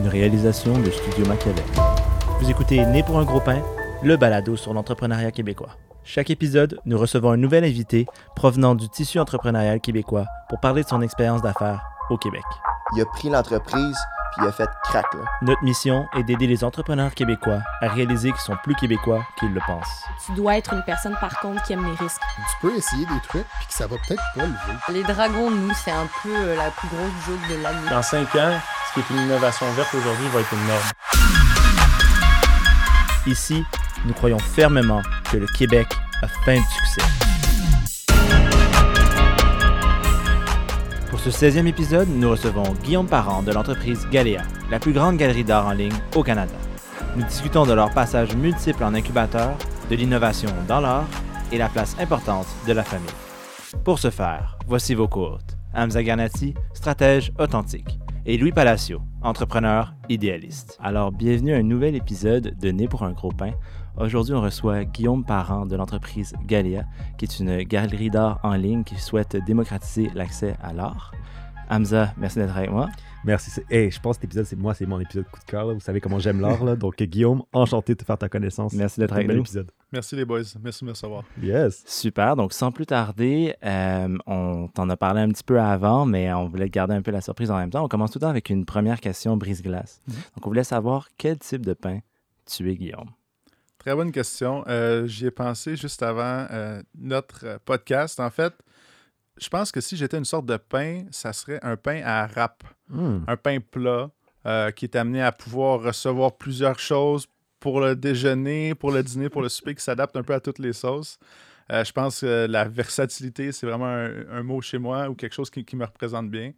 réalisation de Studio Machiavel. Vous écoutez Né pour un gros pain, le balado sur l'entrepreneuriat québécois. Chaque épisode, nous recevons un nouvel invité provenant du tissu entrepreneurial québécois pour parler de son expérience d'affaires au Québec. Il a pris l'entreprise, puis il a fait crack, là. Notre mission est d'aider les entrepreneurs québécois à réaliser qu'ils sont plus québécois qu'ils le pensent. Tu dois être une personne, par contre, qui aime les risques. Tu peux essayer des trucs, puis que ça va peut-être pas lever. Les dragons, nous, c'est un peu la plus grosse joke de l'année. Dans 5 ans, ce qui est une innovation verte aujourd'hui va être une norme. Ici, nous croyons fermement que le Québec a faim de succès. Pour ce 16e épisode, nous recevons Guillaume Parent de l'entreprise Galéa, la plus grande galerie d'art en ligne au Canada. Nous discutons de leur passage multiple en incubateur, de l'innovation dans l'art et la place importante de la famille. Pour ce faire, voici vos co-hôtes. Hamza Garnati, stratège authentique, et Louis Palacio, entrepreneur idéaliste. Alors, bienvenue à un nouvel épisode de Né pour un gros pain. Aujourd'hui, on reçoit Guillaume Parent de l'entreprise Galéa, qui est une galerie d'art en ligne qui souhaite démocratiser l'accès à l'art. Hamza, merci d'être avec moi. Merci. Je pense que cet épisode, c'est mon épisode coup de cœur. Là. Vous savez comment j'aime l'art. Là. Donc, Guillaume, enchanté de te faire ta connaissance. Merci d'être avec nous. Épisode. Merci les boys, merci de me recevoir. Yes. Super. Donc, sans plus tarder, on t'en a parlé un petit peu avant, mais on voulait garder un peu la surprise en même temps. On commence tout le temps avec une première question brise-glace. Donc, on voulait savoir quel type de pain tu es, Guillaume. Très bonne question. J'y ai pensé juste avant notre podcast. En fait, je pense que si j'étais une sorte de pain, ça serait un pain à râpe. Un pain plat qui est amené à pouvoir recevoir plusieurs choses pour le déjeuner, pour le dîner, pour le souper, qui s'adapte un peu à toutes les sauces. Je pense que la versatilité, c'est vraiment un mot chez moi ou quelque chose qui me représente bien.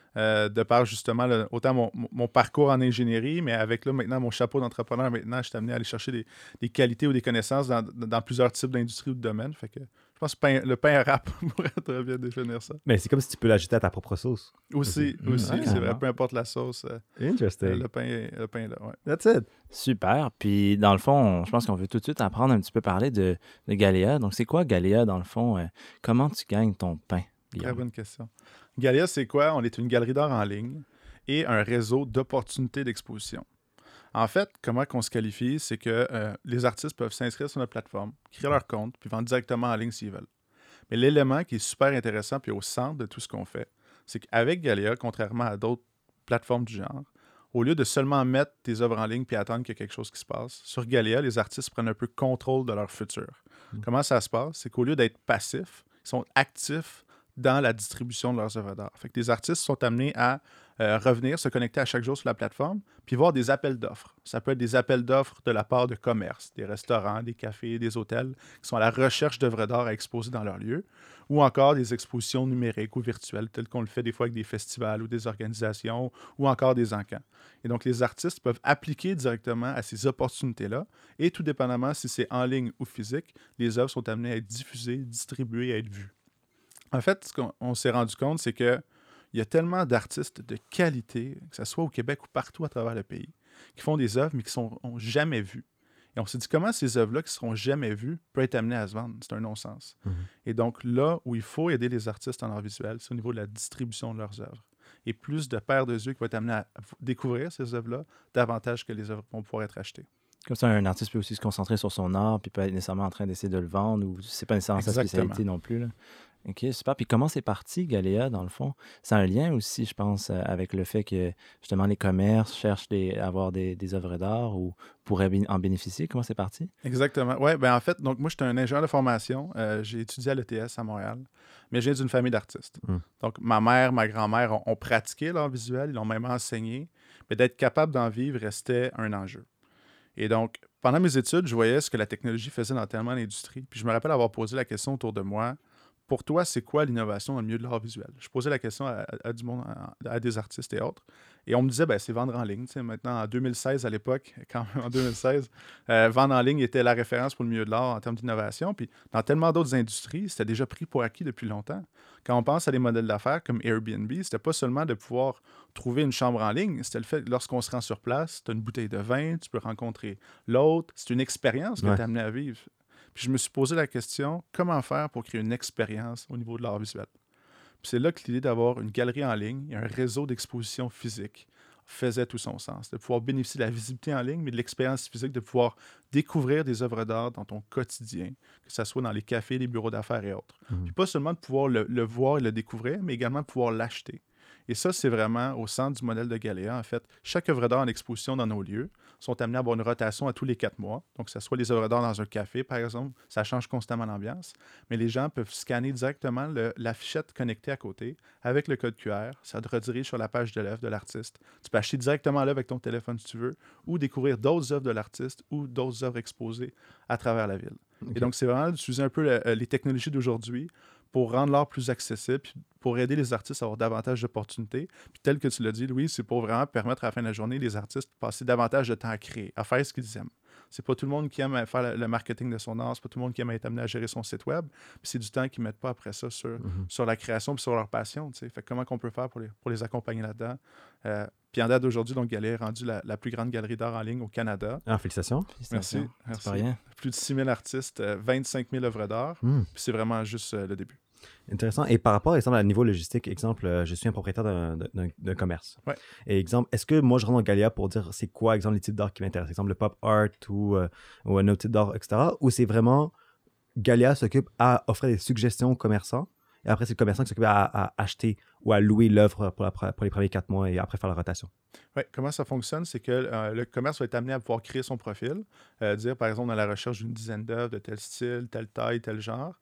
De par justement autant mon parcours en ingénierie, mais avec là maintenant mon chapeau d'entrepreneur, maintenant je suis amené à aller chercher des qualités ou des connaissances dans plusieurs types d'industries ou de domaines. Fait que je pense que le pain à râpe pourrait très bien définir ça. Mais c'est comme si tu peux l'ajouter à ta propre sauce. Aussi, c'est vrai, peu importe la sauce. Interesting. Le pain est là, ouais. That's it. Super. Puis, dans le fond, je pense qu'on veut tout de suite apprendre un petit peu parler de Galéa. Donc, c'est quoi Galéa, dans le fond? Comment tu gagnes ton pain, Guillaume? Très bonne question. Galéa, c'est quoi? On est une galerie d'art en ligne et un réseau d'opportunités d'exposition. En fait, comment on se qualifie, c'est que les artistes peuvent s'inscrire sur notre plateforme, créer leur compte, puis vendre directement en ligne s'ils veulent. Mais l'élément qui est super intéressant puis au centre de tout ce qu'on fait, c'est qu'avec Galéa, contrairement à d'autres plateformes du genre, au lieu de seulement mettre tes œuvres en ligne puis attendre qu'il y ait quelque chose qui se passe, sur Galéa, les artistes prennent un peu contrôle de leur futur. Comment ça se passe? C'est qu'au lieu d'être passifs, ils sont actifs dans la distribution de leurs œuvres d'art. Fait que les artistes sont amenés à revenir, se connecter à chaque jour sur la plateforme, puis voir des appels d'offres. Ça peut être des appels d'offres de la part de commerces, des restaurants, des cafés, des hôtels, qui sont à la recherche d'œuvres d'art à exposer dans leur lieu, ou encore des expositions numériques ou virtuelles, telles qu'on le fait des fois avec des festivals ou des organisations, ou encore des encans. Et donc, les artistes peuvent appliquer directement à ces opportunités-là, et tout dépendamment si c'est en ligne ou physique, les œuvres sont amenées à être diffusées, distribuées, à être vues. En fait, ce qu'on s'est rendu compte, c'est qu'il y a tellement d'artistes de qualité, que ce soit au Québec ou partout à travers le pays, qui font des œuvres, mais qui ne sont jamais vues. Et on s'est dit, comment ces œuvres-là, qui ne seront jamais vues, peuvent être amenées à se vendre? C'est un non-sens. Et donc, là où il faut aider les artistes en art visuel, c'est au niveau de la distribution de leurs œuvres. Et plus de paires de yeux qui vont être amenés à découvrir ces œuvres-là, davantage que les œuvres vont pouvoir être achetées. Comme ça, un artiste peut aussi se concentrer sur son art, puis pas être nécessairement en train d'essayer de le vendre, ou c'est pas nécessairement sa spécialité non plus, là. OK, super. Puis comment c'est parti, Galéa, dans le fond? C'est un lien aussi, je pense, avec le fait que, justement, les commerces cherchent à avoir des œuvres d'art ou pourraient en bénéficier. Comment c'est parti? Exactement. Oui, bien en fait, donc moi, j'étais un ingénieur de formation. J'ai étudié à l'ETS à Montréal, mais je viens d'une famille d'artistes. Donc, ma mère, ma grand-mère ont pratiqué l'art visuel, ils l'ont même enseigné, mais d'être capable d'en vivre restait un enjeu. Et donc, pendant mes études, je voyais ce que la technologie faisait dans tellement d'industries. Puis je me rappelle avoir posé la question autour de moi, pour toi, c'est quoi l'innovation dans le milieu de l'art visuel? Je posais la question à du monde, à des artistes et autres. Et on me disait, c'est vendre en ligne. T'sais, maintenant, en 2016, à l'époque, quand même en 2016, vendre en ligne était la référence pour le milieu de l'art en termes d'innovation. Puis dans tellement d'autres industries, c'était déjà pris pour acquis depuis longtemps. Quand on pense à des modèles d'affaires comme Airbnb, c'était pas seulement de pouvoir trouver une chambre en ligne, c'était le fait que lorsqu'on se rend sur place, tu as une bouteille de vin, tu peux rencontrer l'autre. C'est une expérience que tu es amené à vivre. Puis je me suis posé la question, comment faire pour créer une expérience au niveau de l'art visuel? Puis c'est là que l'idée d'avoir une galerie en ligne et un réseau d'exposition physique faisait tout son sens. De pouvoir bénéficier de la visibilité en ligne, mais de l'expérience physique, de pouvoir découvrir des œuvres d'art dans ton quotidien, que ce soit dans les cafés, les bureaux d'affaires et autres. Puis pas seulement de pouvoir le voir et le découvrir, mais également de pouvoir l'acheter. Et ça, c'est vraiment au centre du modèle de Galéa. En fait, chaque œuvre d'art en exposition dans nos lieux sont amenés à avoir une rotation à tous les 4 mois. Donc, que ce soit les œuvres d'art dans un café, par exemple, ça change constamment l'ambiance. Mais les gens peuvent scanner directement l'affichette connectée à côté avec le code QR. Ça te redirige sur la page de l'œuvre de l'artiste. Tu peux acheter directement l'œuvre avec ton téléphone si tu veux, ou découvrir d'autres œuvres de l'artiste ou d'autres œuvres exposées à travers la ville. Okay. Et donc, c'est vraiment d'utiliser un peu les technologies d'aujourd'hui pour rendre l'art plus accessible, puis pour aider les artistes à avoir davantage d'opportunités. Puis tel que tu l'as dit, Louis, c'est pour vraiment permettre à la fin de la journée les artistes de passer davantage de temps à créer, à faire ce qu'ils aiment. C'est pas tout le monde qui aime faire le marketing de son art, c'est pas tout le monde qui aime être amené à gérer son site web, puis c'est du temps qu'ils mettent pas après ça sur la création puis sur leur passion. T'sais. Fait que comment qu'on peut faire pour les accompagner là-dedans? Puis en date d'aujourd'hui, donc Galéa est rendue la plus grande galerie d'art en ligne au Canada. Ah, félicitations. Merci. C'est pas rien. Plus de 6 000 artistes, 25 000 œuvres d'art. Puis c'est vraiment juste le début. Intéressant. Et par rapport, exemple, à niveau logistique, exemple, je suis un propriétaire d'un commerce. Ouais. Et exemple, est-ce que moi, je rentre dans Galéa pour dire c'est quoi, exemple, les types d'art qui m'intéressent? Exemple, le pop art ou un autre type d'art, etc. Ou c'est vraiment Galéa s'occupe à offrir des suggestions aux commerçants et après, c'est le commerçant qui s'occupe à acheter ou à louer l'œuvre pour les premiers 4 mois et après faire la rotation? Oui, comment ça fonctionne? C'est que le commerce va être amené à pouvoir créer son profil, dire par exemple dans la recherche d'une dizaine d'œuvres de tel style, telle taille, tel genre,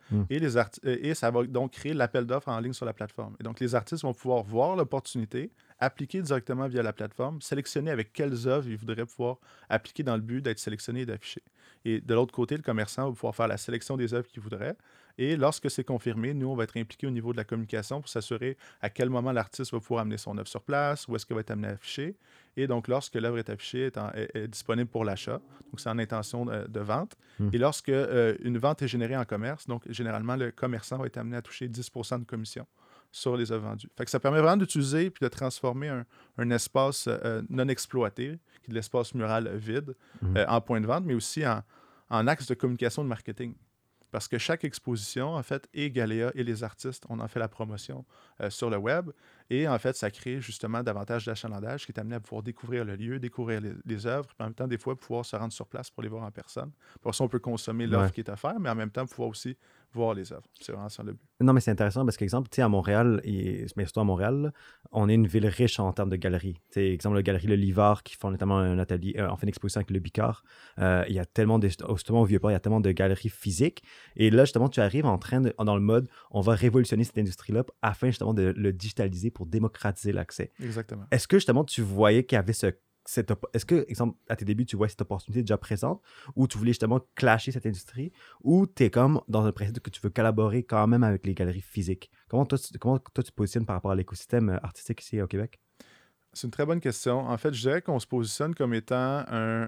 et ça va donc créer l'appel d'offres en ligne sur la plateforme. Et donc les artistes vont pouvoir voir l'opportunité, appliquer directement via la plateforme, sélectionner avec quelles œuvres ils voudraient pouvoir appliquer dans le but d'être sélectionnés et d'afficher. Et de l'autre côté, le commerçant va pouvoir faire la sélection des œuvres qu'il voudrait. Et lorsque c'est confirmé, nous, on va être impliqués au niveau de la communication pour s'assurer à quel moment l'artiste va pouvoir amener son œuvre sur place, où est-ce qu'elle va être amenée à afficher. Et donc, lorsque l'œuvre est affichée, est disponible pour l'achat, donc c'est en intention de vente. Et lorsque une vente est générée en commerce, donc généralement, le commerçant va être amené à toucher 10% de commission sur les œuvres vendues. Fait que ça permet vraiment d'utiliser puis de transformer un espace non exploité, qui est de l'espace mural vide, en point de vente, mais aussi en axe de communication de marketing. Parce que chaque exposition, en fait, et Galéa et les artistes, on en fait la promotion sur le web. Et en fait, ça crée justement davantage d'achalandage qui est amené à pouvoir découvrir le lieu, découvrir les œuvres, puis en même temps, des fois, pouvoir se rendre sur place pour les voir en personne. Pour ça, on peut consommer l'œuvre qui est à faire, mais en même temps, pouvoir aussi voir les œuvres. C'est vraiment ça le but. Non, mais c'est intéressant parce qu'exemple, tu sais, à Montréal, mais surtout à Montréal, on est une ville riche en termes de galeries. Tu sais, exemple, la galerie Le Livard qui font notamment un atelier, on fait une exposition avec le Bicard. Il y a tellement justement au Vieux-Port, il y a tellement de galeries physiques. Et là, justement, tu arrives dans le mode, on va révolutionner cette industrie-là afin justement de le digitaliser pour démocratiser l'accès. Exactement. Est-ce que justement, tu voyais qu'il y avait est-ce que, exemple, à tes débuts, tu vois cette opportunité déjà présente ou tu voulais justement clasher cette industrie ou tu es comme dans un principe que tu veux collaborer quand même avec les galeries physiques? Comment toi, tu te positionnes par rapport à l'écosystème artistique ici au Québec? C'est une très bonne question. En fait, je dirais qu'on se positionne comme étant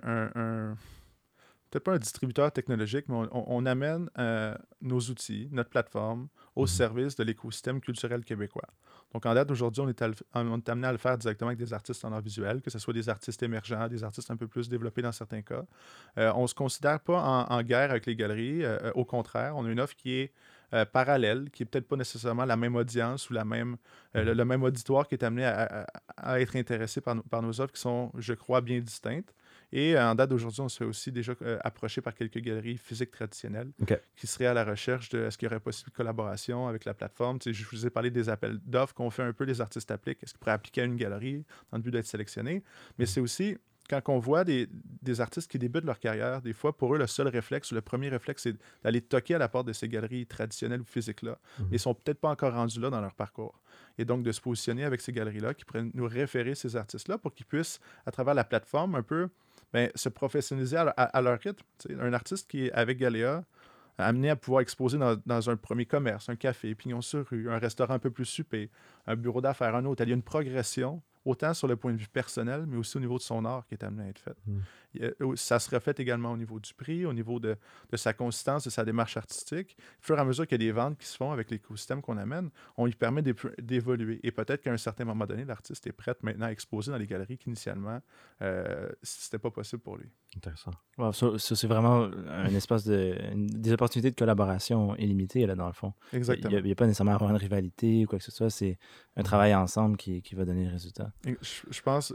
peut-être pas un distributeur technologique, mais on amène nos outils, notre plateforme, au service de l'écosystème culturel québécois. Donc, en date d'aujourd'hui, on est amené à le faire directement avec des artistes en art visuel, que ce soit des artistes émergents, des artistes un peu plus développés dans certains cas. On ne se considère pas en guerre avec les galeries. Au contraire, on a une offre qui est parallèle, qui n'est peut-être pas nécessairement la même audience ou le même auditoire qui est amené à être intéressé par nos offres qui sont, je crois, bien distinctes. Et en date d'aujourd'hui, on se fait aussi déjà approcher par quelques galeries physiques traditionnelles qui seraient à la recherche de est-ce qu'il y aurait possible de collaboration avec la plateforme. Tu sais, je vous ai parlé des appels d'offres qu'on fait un peu, les artistes appliquent. Est-ce qu'ils pourraient appliquer à une galerie dans le but d'être sélectionnés? Mais c'est aussi, quand on voit des artistes qui débutent leur carrière, des fois, pour eux, le seul réflexe, le premier réflexe, c'est d'aller toquer à la porte de ces galeries traditionnelles ou physiques-là. Mais ils ne sont peut-être pas encore rendus là dans leur parcours. Et donc, de se positionner avec ces galeries-là qui pourraient nous référer ces artistes-là pour qu'ils puissent, à travers la plateforme, un peu se professionnaliser à leur rythme. T'sais, un artiste qui est avec Galéa, amené à pouvoir exposer dans un premier commerce, un café, pignon sur rue, un restaurant un peu plus soupé, un bureau d'affaires, un hôtel. Il y a une progression, autant sur le point de vue personnel, mais aussi au niveau de son art qui est amené à être fait. Ça se reflète également au niveau du prix, au niveau de sa consistance, de sa démarche artistique. Au fur et à mesure qu'il y a des ventes qui se font avec l'écosystème qu'on amène, on lui permet d'évoluer. Et peut-être qu'à un certain moment donné, l'artiste est prêt maintenant à exposer dans les galeries qu'initialement, c'était pas possible pour lui. Intéressant. Wow, ça, c'est vraiment un espace des opportunités de collaboration illimitées, là, dans le fond. Exactement. Il n'y a pas nécessairement à avoir une rivalité ou quoi que ce soit. C'est un travail ensemble qui va donner le résultat. Je pense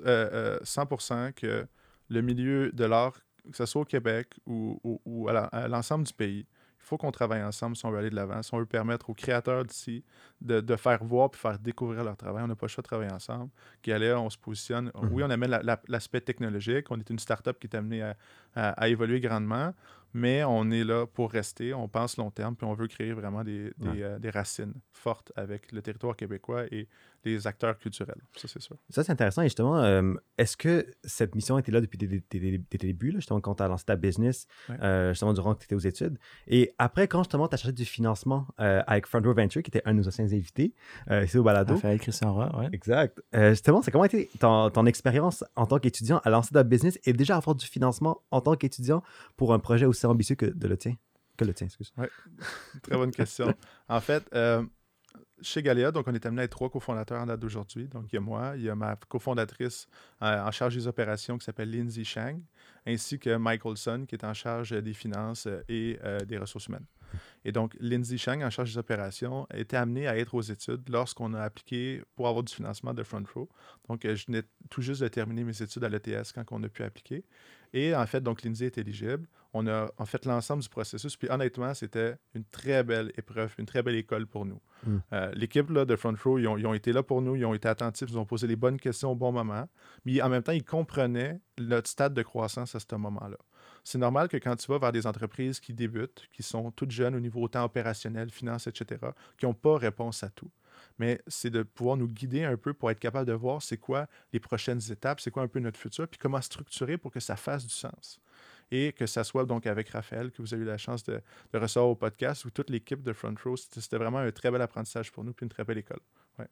100% que le milieu de l'art, que ce soit au Québec ou à l'ensemble du pays, il faut qu'on travaille ensemble si on veut aller de l'avant, si on veut permettre aux créateurs d'ici de faire voir et faire découvrir leur travail. On n'a pas le choix de travailler ensemble. Galéa, on se positionne. Oui, on amène l'aspect technologique. On est une start-up qui est amenée à évoluer grandement, mais on est là pour rester. On pense long terme, puis on veut créer vraiment des racines fortes avec le territoire québécois et les acteurs culturels. Ça, c'est sûr. Ça, c'est intéressant. Et justement, est-ce que cette mission était là depuis tes débuts, là, justement, quand tu as lancé ta business, justement, durant que tu étais aux études? Et après, quand justement, tu as cherché du financement avec Front Row Venture, qui était un de nos anciens invités, ici au Balado. Raphaël Christian Roy, oui. Exact. Justement, c'est comment a été ton expérience en tant qu'étudiant à lancer ta business et déjà avoir du financement en tant qu'étudiant pour un projet aussi ambitieux que le tien? Oui, très bonne question. En fait, chez Galéa, donc on est amené à être 3 cofondateurs en date d'aujourd'hui. Donc, il y a moi, il y a ma cofondatrice en charge des opérations qui s'appelle Lindsay Chang, ainsi que Mike Olson, qui est en charge des finances et des ressources humaines. Et donc, Lindsay Chang, en charge des opérations, était amenée à être aux études lorsqu'on a appliqué pour avoir du financement de Front Row. Donc, je venais tout juste de terminer mes études à l'ETS quand on a pu appliquer. Et en fait, donc, Lindsay est éligible. On a en fait l'ensemble du processus. Puis honnêtement, c'était une très belle épreuve, une très belle école pour nous. L'équipe là, de Front Row, ils ont été là pour nous, ils ont été attentifs, ils ont posé les bonnes questions au bon moment. Mais en même temps, ils comprenaient notre stade de croissance à ce moment-là. C'est normal que quand tu vas vers des entreprises qui débutent, qui sont toutes jeunes au niveau autant opérationnel, finance, etc., qui n'ont pas réponse à tout. Mais c'est de pouvoir nous guider un peu pour être capable de voir c'est quoi les prochaines étapes, c'est quoi un peu notre futur, puis comment structurer pour que ça fasse du sens. Et que ça soit donc avec Raphaël, que vous avez eu la chance de recevoir au podcast, ou toute l'équipe de Front Row, c'était vraiment un très bel apprentissage pour nous, puis une très belle école. Ouais.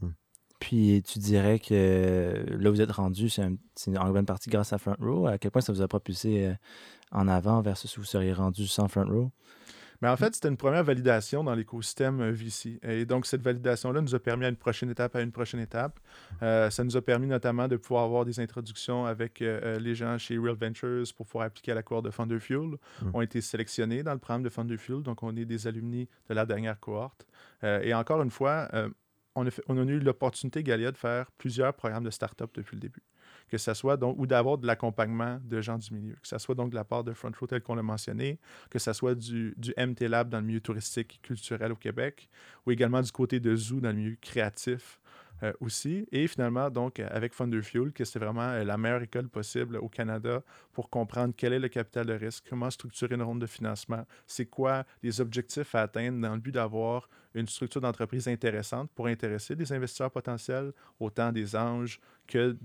Puis tu dirais que là où vous êtes rendu, c'est en bonne partie grâce à Front Row. À quel point ça vous a propulsé en avant versus où vous seriez rendu sans Front Row? Mais en fait, c'était une première validation dans l'écosystème VC. Et donc, cette validation-là nous a permis à une prochaine étape. Ça nous a permis notamment de pouvoir avoir des introductions avec les gens chez Real Ventures pour pouvoir appliquer à la cohorte de Thunder Fuel. On a été sélectionnés dans le programme de Thunder Fuel, donc on est des alumni de la dernière cohorte. Et encore une fois, on a eu l'opportunité, Galéa, de faire plusieurs programmes de start-up depuis le début. Que ça soit donc, ou d'avoir de l'accompagnement de gens du milieu, que ça soit donc de la part de Front Row tel qu'on l'a mentionné, que ça soit du MT Lab dans le milieu touristique et culturel au Québec, ou également du côté de Zoo dans le milieu créatif aussi. Et finalement, donc, avec Thunder Fuel, que c'est vraiment la meilleure école possible au Canada pour comprendre quel est le capital de risque, comment structurer une ronde de financement, c'est quoi les objectifs à atteindre dans le but d'avoir une structure d'entreprise intéressante pour intéresser des investisseurs potentiels, autant des anges que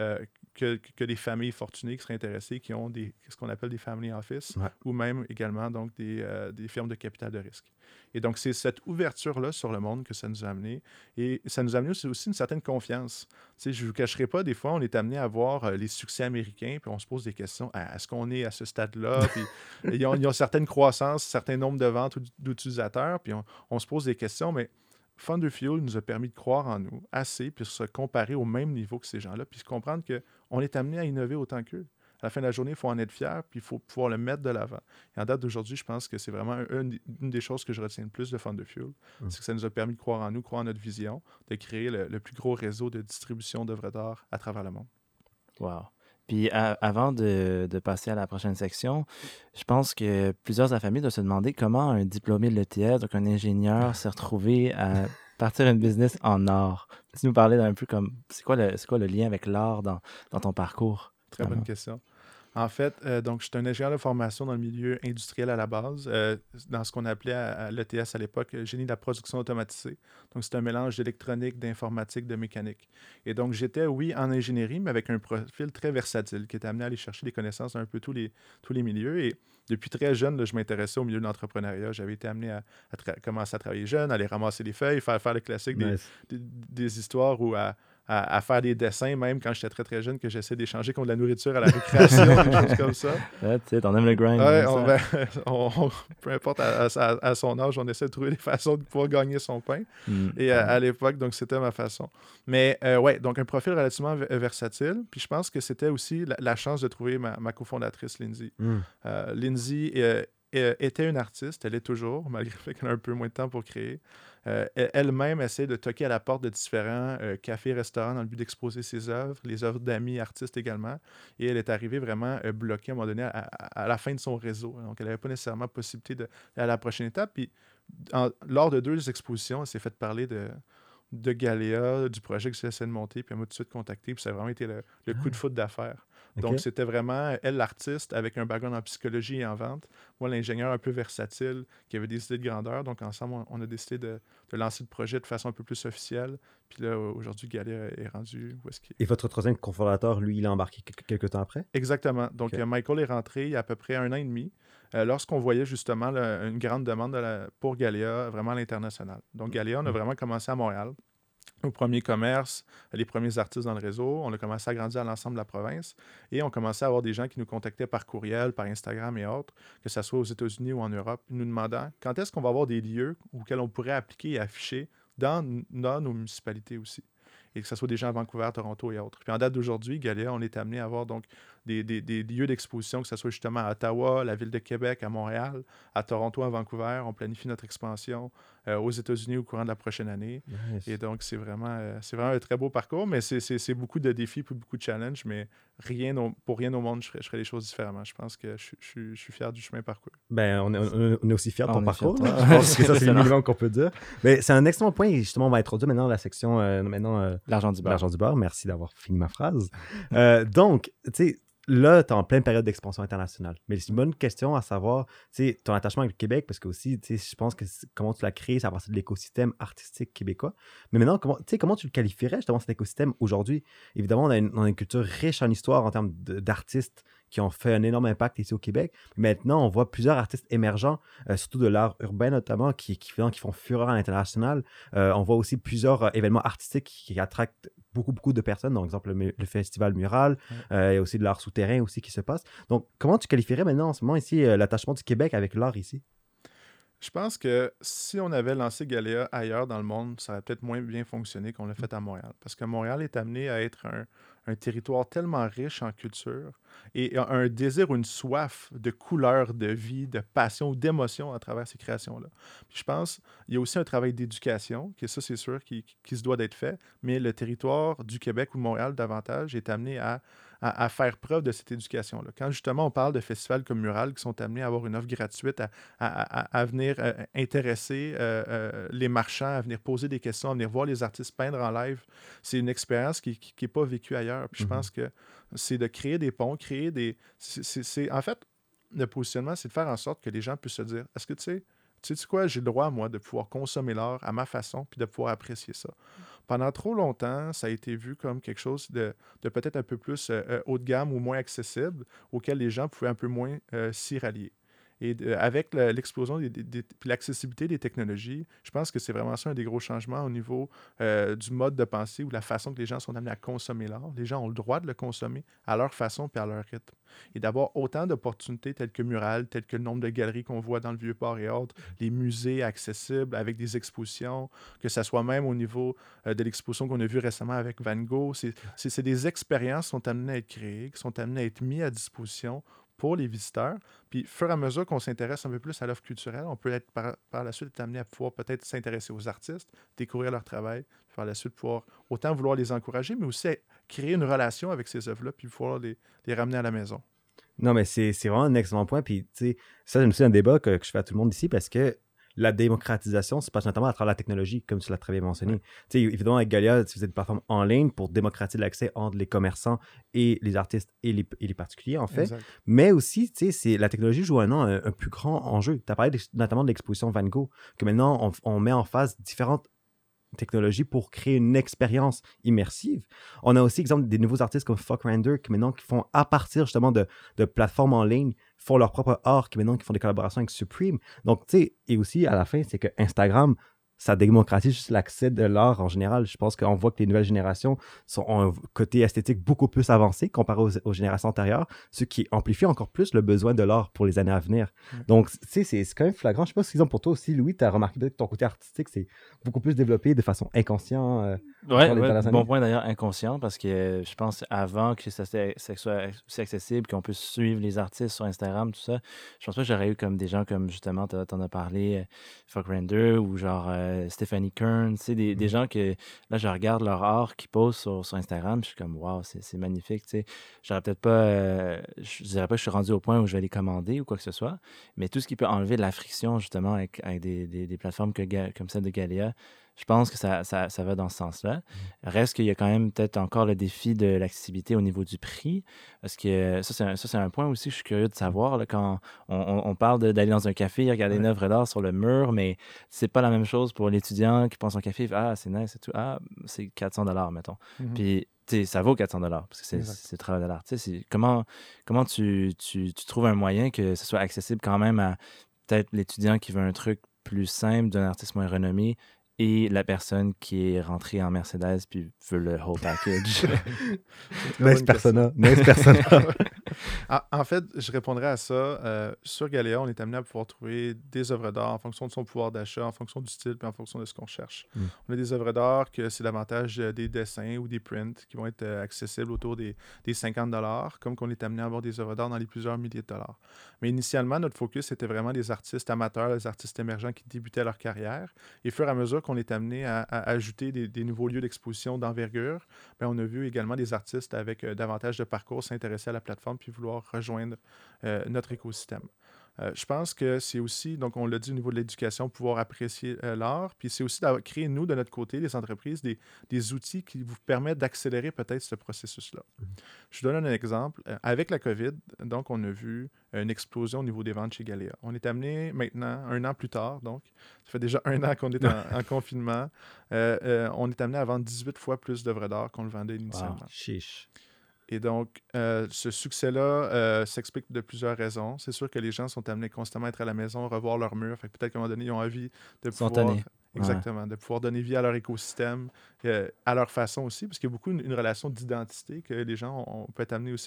des familles fortunées qui seraient intéressées, qui ont ce qu'on appelle des family office, ou même également donc des firmes de capital de risque. Et donc, c'est cette ouverture-là sur le monde que ça nous a amené. Et ça nous a amené aussi une certaine confiance. Tu sais, je ne vous cacherai pas, des fois, on est amené à voir les succès américains, puis on se pose des questions. Est-ce qu'on est à ce stade-là? Puis ils ont certaines croissances, certains nombres de ventes ou d'utilisateurs, puis on se pose des questions, mais Thunder Fuel nous a permis de croire en nous assez, puis se comparer au même niveau que ces gens-là, puis se comprendre qu'on est amené à innover autant qu'eux. À la fin de la journée, il faut en être fier, puis il faut pouvoir le mettre de l'avant. Et en date d'aujourd'hui, je pense que c'est vraiment une des choses que je retiens le plus de Thunder Fuel. C'est que ça nous a permis de croire en nous, croire en notre vision, de créer le plus gros réseau de distribution d'œuvres d'art à travers le monde. Wow. Puis avant de passer à la prochaine section, je pense que plusieurs de la famille doivent se demander comment un diplômé de l'ETS, donc un ingénieur, s'est retrouvé à partir une business en art. Tu nous parlais d'un peu comme, c'est quoi le lien avec l'art dans ton parcours? Très bonne question. En fait, donc, je suis un ingénieur de formation dans le milieu industriel à la base, dans ce qu'on appelait à l'ETS à l'époque, génie de la production automatisée. Donc, c'est un mélange d'électronique, d'informatique, de mécanique. Et donc, j'étais, oui, en ingénierie, mais avec un profil très versatile qui était amené à aller chercher des connaissances dans un peu tous les milieux. Et depuis très jeune, là, je m'intéressais au milieu de l'entrepreneuriat. J'avais été amené à commencer à travailler jeune, à aller ramasser des feuilles, faire le classique des histoires ou à à faire des dessins, même quand j'étais très, très jeune, que j'essaie d'échanger contre de la nourriture à la récréation, des choses comme ça. That's it, on aime le grind. Ouais, peu importe, à son âge, on essaie de trouver des façons de pouvoir gagner son pain. Et à l'époque, donc, c'était ma façon. Mais ouais, donc un profil relativement versatile. Puis je pense que c'était aussi la chance de trouver ma cofondatrice, Lindsay. Lindsay était une artiste, elle est toujours, malgré le fait qu'elle a un peu moins de temps pour créer. Elle-même essaie de toquer à la porte de différents cafés, restaurants dans le but d'exposer ses œuvres, les œuvres d'amis artistes également. Et elle est arrivée vraiment bloquée à un moment donné à la fin de son réseau. Donc, elle n'avait pas nécessairement possibilité d'aller à la prochaine étape. Puis, lors de 2 expositions, elle s'est fait parler de Galéa, du projet que j'essaie de monter, puis elle m'a tout de suite contacté, puis ça a vraiment été le coup de foudre d'affaires. Donc, c'était vraiment, elle, l'artiste, avec un background en psychologie et en vente. Moi, l'ingénieur un peu versatile, qui avait des idées de grandeur. Donc, ensemble, on a décidé de lancer le projet de façon un peu plus officielle. Puis là, aujourd'hui, Galéa est rendu où est-ce qu'il est. Et votre troisième cofondateur, lui, il a embarqué quelques temps après? Exactement. Donc, Michael est rentré il y a à peu près 1 an et demi, lorsqu'on voyait justement une grande demande pour Galéa, vraiment à l'international. Donc, Galéa, on a vraiment commencé à Montréal. Au premier commerce, les premiers artistes dans le réseau. On a commencé à grandir à l'ensemble de la province et on commençait à avoir des gens qui nous contactaient par courriel, par Instagram et autres, que ce soit aux États-Unis ou en Europe, nous demandant quand est-ce qu'on va avoir des lieux auxquels on pourrait appliquer et afficher dans nos municipalités aussi. Et que ce soit des gens à Vancouver, Toronto et autres. Puis en date d'aujourd'hui, Galéa, on est amené à avoir donc des lieux d'exposition, que ce soit justement à Ottawa, la ville de Québec, à Montréal, à Toronto, à Vancouver. On planifie notre expansion aux États-Unis au courant de la prochaine année. Nice. Et donc, c'est vraiment un très beau parcours, mais c'est beaucoup de défis puis beaucoup de challenges, mais pour rien au monde, je ferais les choses différemment. Je pense que je suis fier du chemin parcouru. Ben, on est aussi fiers de ton parcours. Je pense que ça, c'est le minimum qu'on peut dire. Mais c'est un excellent point. Justement, on va introduire maintenant la section l'argent du beurre. L'argent du beurre. Merci d'avoir fini ma phrase. Donc, tu sais, là, tu es en pleine période d'expansion internationale. Mais c'est une bonne question à savoir, tu sais, ton attachement avec le Québec, parce que aussi, tu sais, je pense que comment tu l'as créé, c'est à partir de l'écosystème artistique québécois. Mais maintenant, comment tu le qualifierais, justement, cet écosystème aujourd'hui? Évidemment, on a une culture riche en histoire en termes d'artistes qui ont fait un énorme impact ici au Québec. Maintenant, on voit plusieurs artistes émergents, surtout de l'art urbain notamment, qui font fureur à l'international. On voit aussi plusieurs événements artistiques qui attractent beaucoup de personnes. Donc, par exemple, le festival Mural, et aussi de l'art souterrain aussi qui se passe. Donc, comment tu qualifierais maintenant en ce moment ici l'attachement du Québec avec l'art ici? Je pense que si on avait lancé Galéa ailleurs dans le monde, ça aurait peut-être moins bien fonctionné qu'on l'a fait à Montréal. Parce que Montréal est amené à être un territoire tellement riche en culture et un désir ou une soif de couleurs, de vie, de passion ou d'émotion à travers ces créations-là. Puis je pense qu'il y a aussi un travail d'éducation, que ça, c'est sûr, qui se doit d'être fait, mais le territoire du Québec ou de Montréal, davantage, est amené à faire preuve de cette éducation-là. Quand justement on parle de festivals comme Mural qui sont amenés à avoir une offre gratuite, à venir intéresser les marchands, à venir poser des questions, à venir voir les artistes peindre en live, c'est une expérience qui n'est pas vécue ailleurs. Puis je pense que c'est de créer des ponts, en fait, le positionnement, c'est de faire en sorte que les gens puissent se dire, est-ce que tu sais quoi, j'ai le droit, moi, de pouvoir consommer l'art à ma façon puis de pouvoir apprécier ça. Pendant trop longtemps, ça a été vu comme quelque chose de peut-être un peu plus haut de gamme ou moins accessible, auquel les gens pouvaient un peu moins s'y rallier. Et avec l'explosion puis l'accessibilité des technologies, je pense que c'est vraiment ça un des gros changements au niveau du mode de pensée ou de la façon que les gens sont amenés à consommer l'art. Les gens ont le droit de le consommer à leur façon puis à leur rythme. Et d'avoir autant d'opportunités telles que Mural, telles que le nombre de galeries qu'on voit dans le Vieux-Port et autres, les musées accessibles avec des expositions, que ça soit même au niveau de l'exposition qu'on a vue récemment avec Van Gogh. C'est des expériences qui sont amenées à être créées, qui sont amenées à être mises à disposition pour les visiteurs. Puis, au fur et à mesure qu'on s'intéresse un peu plus à l'offre culturelle, on peut être par la suite être amené à pouvoir peut-être s'intéresser aux artistes, découvrir leur travail, puis par la suite pouvoir autant vouloir les encourager, mais aussi créer une relation avec ces œuvres-là, puis pouvoir les ramener à la maison. Non, mais c'est vraiment un excellent point. Puis, tu sais, ça, c'est aussi un débat que je fais à tout le monde ici parce que la démocratisation se passe notamment à travers la technologie, comme tu l'as très bien mentionné. Tu sais, évidemment, avec Galéa, tu faisais une plateforme en ligne pour démocratiser l'accès entre les commerçants et les artistes et les particuliers, en fait. Exact. Mais aussi, tu sais, la technologie joue un plus grand enjeu. Tu as parlé notamment de l'exposition Van Gogh, que maintenant, on met en face différentes technologie pour créer une expérience immersive. On a aussi, exemple, des nouveaux artistes comme Fuck Render qui font à partir justement de plateformes en ligne, font leur propre art, qui font des collaborations avec Supreme. Donc, tu sais, et aussi à la fin, c'est que Instagram, ça démocratise juste l'accès de l'art en général. Je pense qu'on voit que les nouvelles générations ont un côté esthétique beaucoup plus avancé comparé aux générations antérieures, ce qui amplifie encore plus le besoin de l'art pour les années à venir. Donc, tu sais, c'est quand même flagrant. Je sais pas si, exemple, pour toi aussi, Louis, tu as remarqué peut-être que ton côté artistique, c'est beaucoup plus développé de façon inconsciente. Bon point d'ailleurs, inconscient, parce que je pense avant que ça soit aussi accessible, qu'on puisse suivre les artistes sur Instagram, tout ça, je pense pas que j'aurais eu comme des gens comme justement, t'en as parlé, Fuck Render ou genre Stephanie Kern, tu sais, des gens que là, je regarde leur art qu'ils posent sur Instagram, je suis comme waouh, c'est magnifique, tu sais. J'aurais peut-être pas, je dirais pas que je suis rendu au point où je vais les commander ou quoi que ce soit, mais tout ce qui peut enlever de la friction justement avec des plateformes comme celle de Galéa, je pense que ça va dans ce sens-là. Reste qu'il y a quand même peut-être encore le défi de l'accessibilité au niveau du prix. Parce que ça, c'est un point aussi que je suis curieux de savoir. Là, quand on parle d'aller dans un café, regarder une œuvre d'art sur le mur, mais c'est pas la même chose pour l'étudiant qui prend son café et fait « Ah, c'est nice et tout. Ah, c'est 400 $, mettons. Puis, tu sais, ça vaut 400 $ parce que c'est le travail de l'artiste. Comment tu trouves un moyen que ce soit accessible quand même à peut-être l'étudiant qui veut un truc plus simple d'un artiste moins renommé et la personne qui est rentrée en Mercedes puis veut le whole package. Nice persona. En fait, je répondrais à ça. Sur Galéa, on est amené à pouvoir trouver des œuvres d'art en fonction de son pouvoir d'achat, en fonction du style puis en fonction de ce qu'on cherche. On a des œuvres d'art que c'est davantage des dessins ou des prints qui vont être accessibles autour des 50 $, comme qu'on est amené à avoir des œuvres d'art dans les plusieurs milliers de dollars. Mais initialement, notre focus était vraiment les artistes amateurs, les artistes émergents qui débutaient leur carrière. Et au fur et à mesure qu'on est amené à ajouter des nouveaux lieux d'exposition d'envergure, bien, on a vu également des artistes avec davantage de parcours s'intéresser à la plateforme puis vouloir rejoindre notre écosystème. Je pense que c'est aussi, donc on l'a dit au niveau de l'éducation, pouvoir apprécier l'art, puis c'est aussi d'avoir créé, nous, de notre côté, les entreprises, des outils qui vous permettent d'accélérer peut-être ce processus-là. Je vous donne un exemple. Avec la COVID, donc, on a vu une explosion au niveau des ventes chez Galéa. On est amené maintenant, 1 an plus tard, donc, ça fait déjà 1 an qu'on est en confinement, on est amené à vendre 18 fois plus d'œuvres d'art qu'on le vendait initialement. Wow. Chiche. Et donc, ce succès-là s'explique de plusieurs raisons. C'est sûr que les gens sont amenés constamment à être à la maison, revoir leurs murs. Fait que peut-être qu'à un moment donné, ils ont envie de pouvoir... Exactement, de pouvoir donner vie à leur écosystème, à leur façon aussi, parce qu'il y a beaucoup une relation d'identité que les gens on peut être amenés aussi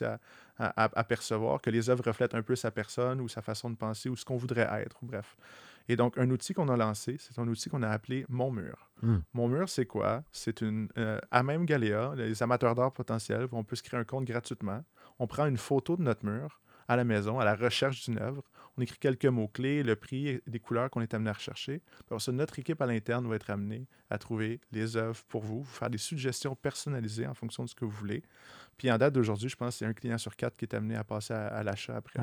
à percevoir, que les œuvres reflètent un peu sa personne ou sa façon de penser ou ce qu'on voudrait être, ou bref. Et donc, un outil qu'on a lancé, c'est un outil qu'on a appelé Mon Mur. Mon Mur, c'est quoi? C'est à même Galéa, les amateurs d'art potentiels, on peut se créer un compte gratuitement. On prend une photo de notre mur à la maison, à la recherche d'une œuvre. On écrit quelques mots-clés, le prix et des couleurs qu'on est amené à rechercher. Alors ça, notre équipe à l'interne va être amenée à trouver les œuvres pour vous faire des suggestions personnalisées en fonction de ce que vous voulez. Puis en date d'aujourd'hui, je pense que c'est un client sur 4 qui est amené à passer à l'achat après.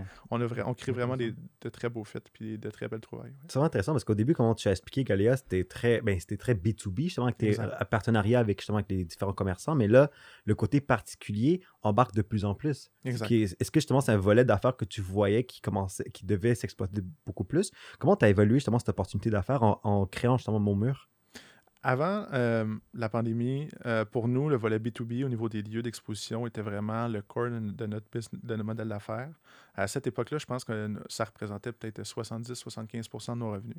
On crée vraiment de très beaux fits puis de très belles trouvailles. Ouais. C'est vraiment intéressant parce qu'au début, comment tu as expliqué, Galéa, c'était très B2B, justement, avec tes partenariats avec les différents commerçants. Mais là, le côté particulier embarque de plus en plus. Est-ce que justement, c'est un volet d'affaires que tu voyais qui devait s'exploiter beaucoup plus? Comment tu as évolué justement cette opportunité d'affaires en créant justement Mon Mur? Avant la pandémie, pour nous, le volet B2B au niveau des lieux d'exposition était vraiment le core de notre modèle d'affaires. À cette époque-là, je pense que ça représentait peut-être 70-75% de nos revenus.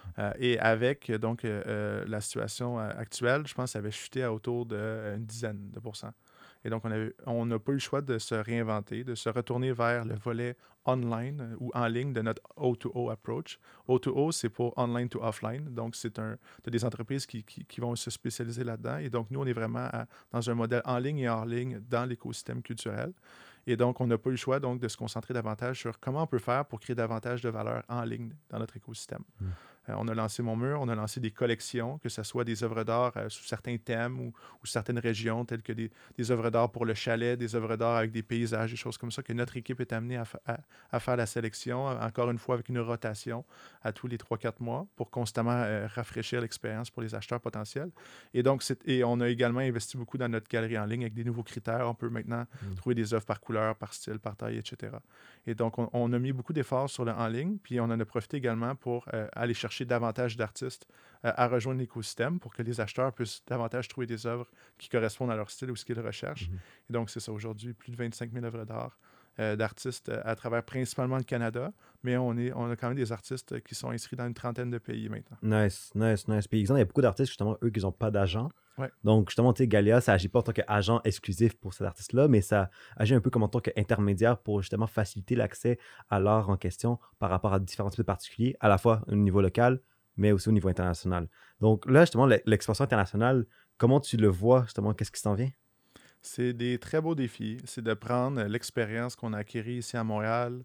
Et avec donc la situation actuelle, je pense que ça avait chuté à autour d'une dizaine de pourcents. Et donc, on n'a pas eu le choix de se réinventer, de se retourner vers le volet online ou en ligne de notre O2O approach. O2O, c'est pour online to offline. Donc, c'est des entreprises qui vont se spécialiser là-dedans. Et donc, nous, on est vraiment dans un modèle en ligne et hors ligne dans l'écosystème culturel. Et donc, on n'a pas eu le choix donc, de se concentrer davantage sur comment on peut faire pour créer davantage de valeur en ligne dans notre écosystème. On a lancé Mon Mur, on a lancé des collections, que ce soit des œuvres d'art sous certains thèmes ou certaines régions, telles que des œuvres d'art pour le chalet, des œuvres d'art avec des paysages, des choses comme ça, que notre équipe est amenée à faire la sélection, encore une fois avec une rotation à tous les 3-4 mois pour constamment rafraîchir l'expérience pour les acheteurs potentiels. Et donc, on a également investi beaucoup dans notre galerie en ligne avec des nouveaux critères. On peut maintenant trouver des œuvres par couleur, par style, par taille, etc. Et donc, on a mis beaucoup d'efforts sur le en ligne, puis on en a profité également pour aller chercher davantage d'artistes à rejoindre l'écosystème pour que les acheteurs puissent davantage trouver des œuvres qui correspondent à leur style ou ce qu'ils recherchent. Et donc, c'est ça aujourd'hui, plus de 25 000 œuvres d'art d'artistes à travers principalement le Canada, mais on a quand même des artistes qui sont inscrits dans une trentaine de pays maintenant. Nice. Puis, exemple, il y a beaucoup d'artistes, justement, eux, qui n'ont pas d'agent. Ouais. Donc, justement, tu sais, Galia, ça agit pas en tant qu'agent exclusif pour cet artiste-là, mais ça agit un peu comme en tant qu'intermédiaire pour justement faciliter l'accès à l'art en question par rapport à différents types de particuliers, à la fois au niveau local, mais aussi au niveau international. Donc là, justement, l'expansion internationale, comment tu le vois, justement, qu'est-ce qui s'en vient? C'est des très beaux défis. C'est de prendre l'expérience qu'on a acquérie ici à Montréal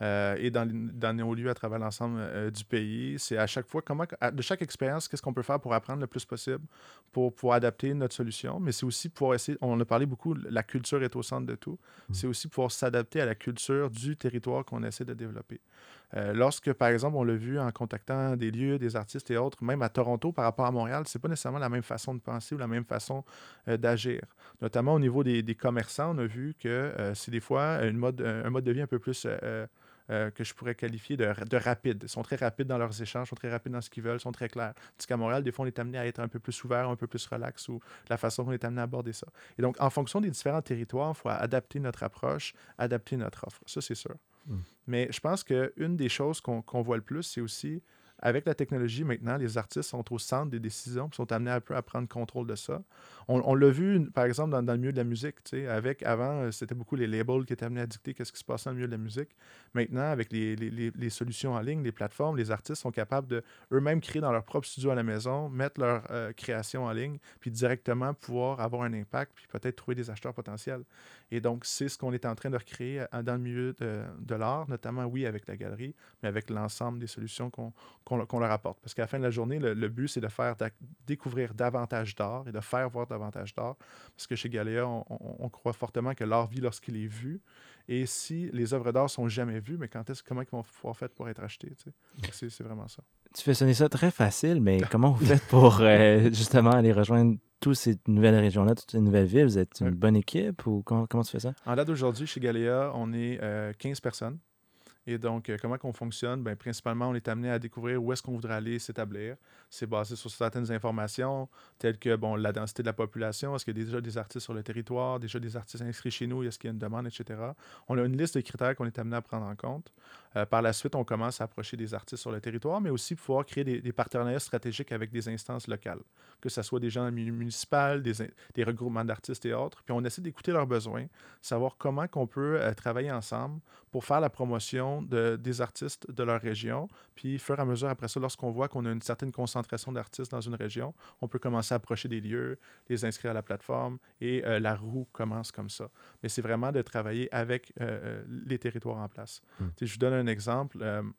et dans nos lieux à travers l'ensemble du pays. C'est à chaque fois, de chaque expérience, qu'est-ce qu'on peut faire pour apprendre le plus possible, pour pouvoir adapter notre solution. Mais c'est aussi pouvoir essayer, on a parlé beaucoup, la culture est au centre de tout. C'est aussi pouvoir s'adapter à la culture du territoire qu'on essaie de développer. Lorsque, par exemple, on l'a vu en contactant des lieux, des artistes et autres, même à Toronto par rapport à Montréal, c'est pas nécessairement la même façon de penser ou la même façon d'agir. Notamment au niveau des commerçants, on a vu que c'est des fois un mode de vie un peu plus que je pourrais qualifier de rapide. Ils sont très rapides dans leurs échanges, sont très rapides dans ce qu'ils veulent, sont très clairs. Tandis qu'à Montréal, des fois, on est amené à être un peu plus ouvert, un peu plus relax ou la façon qu'on est amené à aborder ça. Et donc, en fonction des différents territoires, il faut adapter notre approche, adapter notre offre. Ça, c'est sûr. Mais je pense qu'une des choses qu'on voit le plus, c'est aussi, avec la technologie maintenant, les artistes sont au centre des décisions et sont amenés un peu à prendre contrôle de ça. On l'a vu, par exemple, dans le milieu de la musique. Avant, c'était beaucoup les labels qui étaient amenés à dicter ce qui se passait dans le milieu de la musique. Maintenant, avec les solutions en ligne, les plateformes, les artistes sont capables de eux-mêmes créer dans leur propre studio à la maison, mettre leur création en ligne, puis directement pouvoir avoir un impact, puis peut-être trouver des acheteurs potentiels. Et donc, c'est ce qu'on est en train de recréer dans le milieu de l'art, notamment, oui, avec la galerie, mais avec l'ensemble des solutions qu'on leur apporte. Parce qu'à la fin de la journée, le but, c'est de faire découvrir davantage d'art et de faire voir davantage d'art. Parce que chez Galéa, on croit fortement que l'art vit lorsqu'il est vu. Et si les œuvres d'art sont jamais vues, mais comment ils vont pouvoir faire pour être achetés? C'est vraiment ça. Tu fais sonner ça très facile, mais comment vous faites pour justement aller rejoindre toutes ces nouvelles régions-là, toutes ces nouvelles villes? Vous êtes une bonne équipe ou comment tu fais ça? En date d'aujourd'hui, chez Galéa, on est 15 personnes. Et donc, comment on fonctionne? Bien, principalement, on est amené à découvrir où est-ce qu'on voudrait aller s'établir. C'est basé sur certaines informations, telles que la densité de la population, est-ce qu'il y a déjà des artistes sur le territoire, déjà des artistes inscrits chez nous, est-ce qu'il y a une demande, etc. On a une liste de critères qu'on est amené à prendre en compte. Par la suite, on commence à approcher des artistes sur le territoire, mais aussi pouvoir créer des partenariats stratégiques avec des instances locales, que ce soit des gens municipaux, des regroupements d'artistes et autres. Puis on essaie d'écouter leurs besoins, savoir comment on peut travailler ensemble pour faire la promotion des artistes de leur région. Puis, au fur et à mesure, après ça, lorsqu'on voit qu'on a une certaine concentration d'artistes dans une région, on peut commencer à approcher des lieux, les inscrire à la plateforme et la roue commence comme ça. Mais c'est vraiment de travailler avec les territoires en place. Je vous donne un exemple.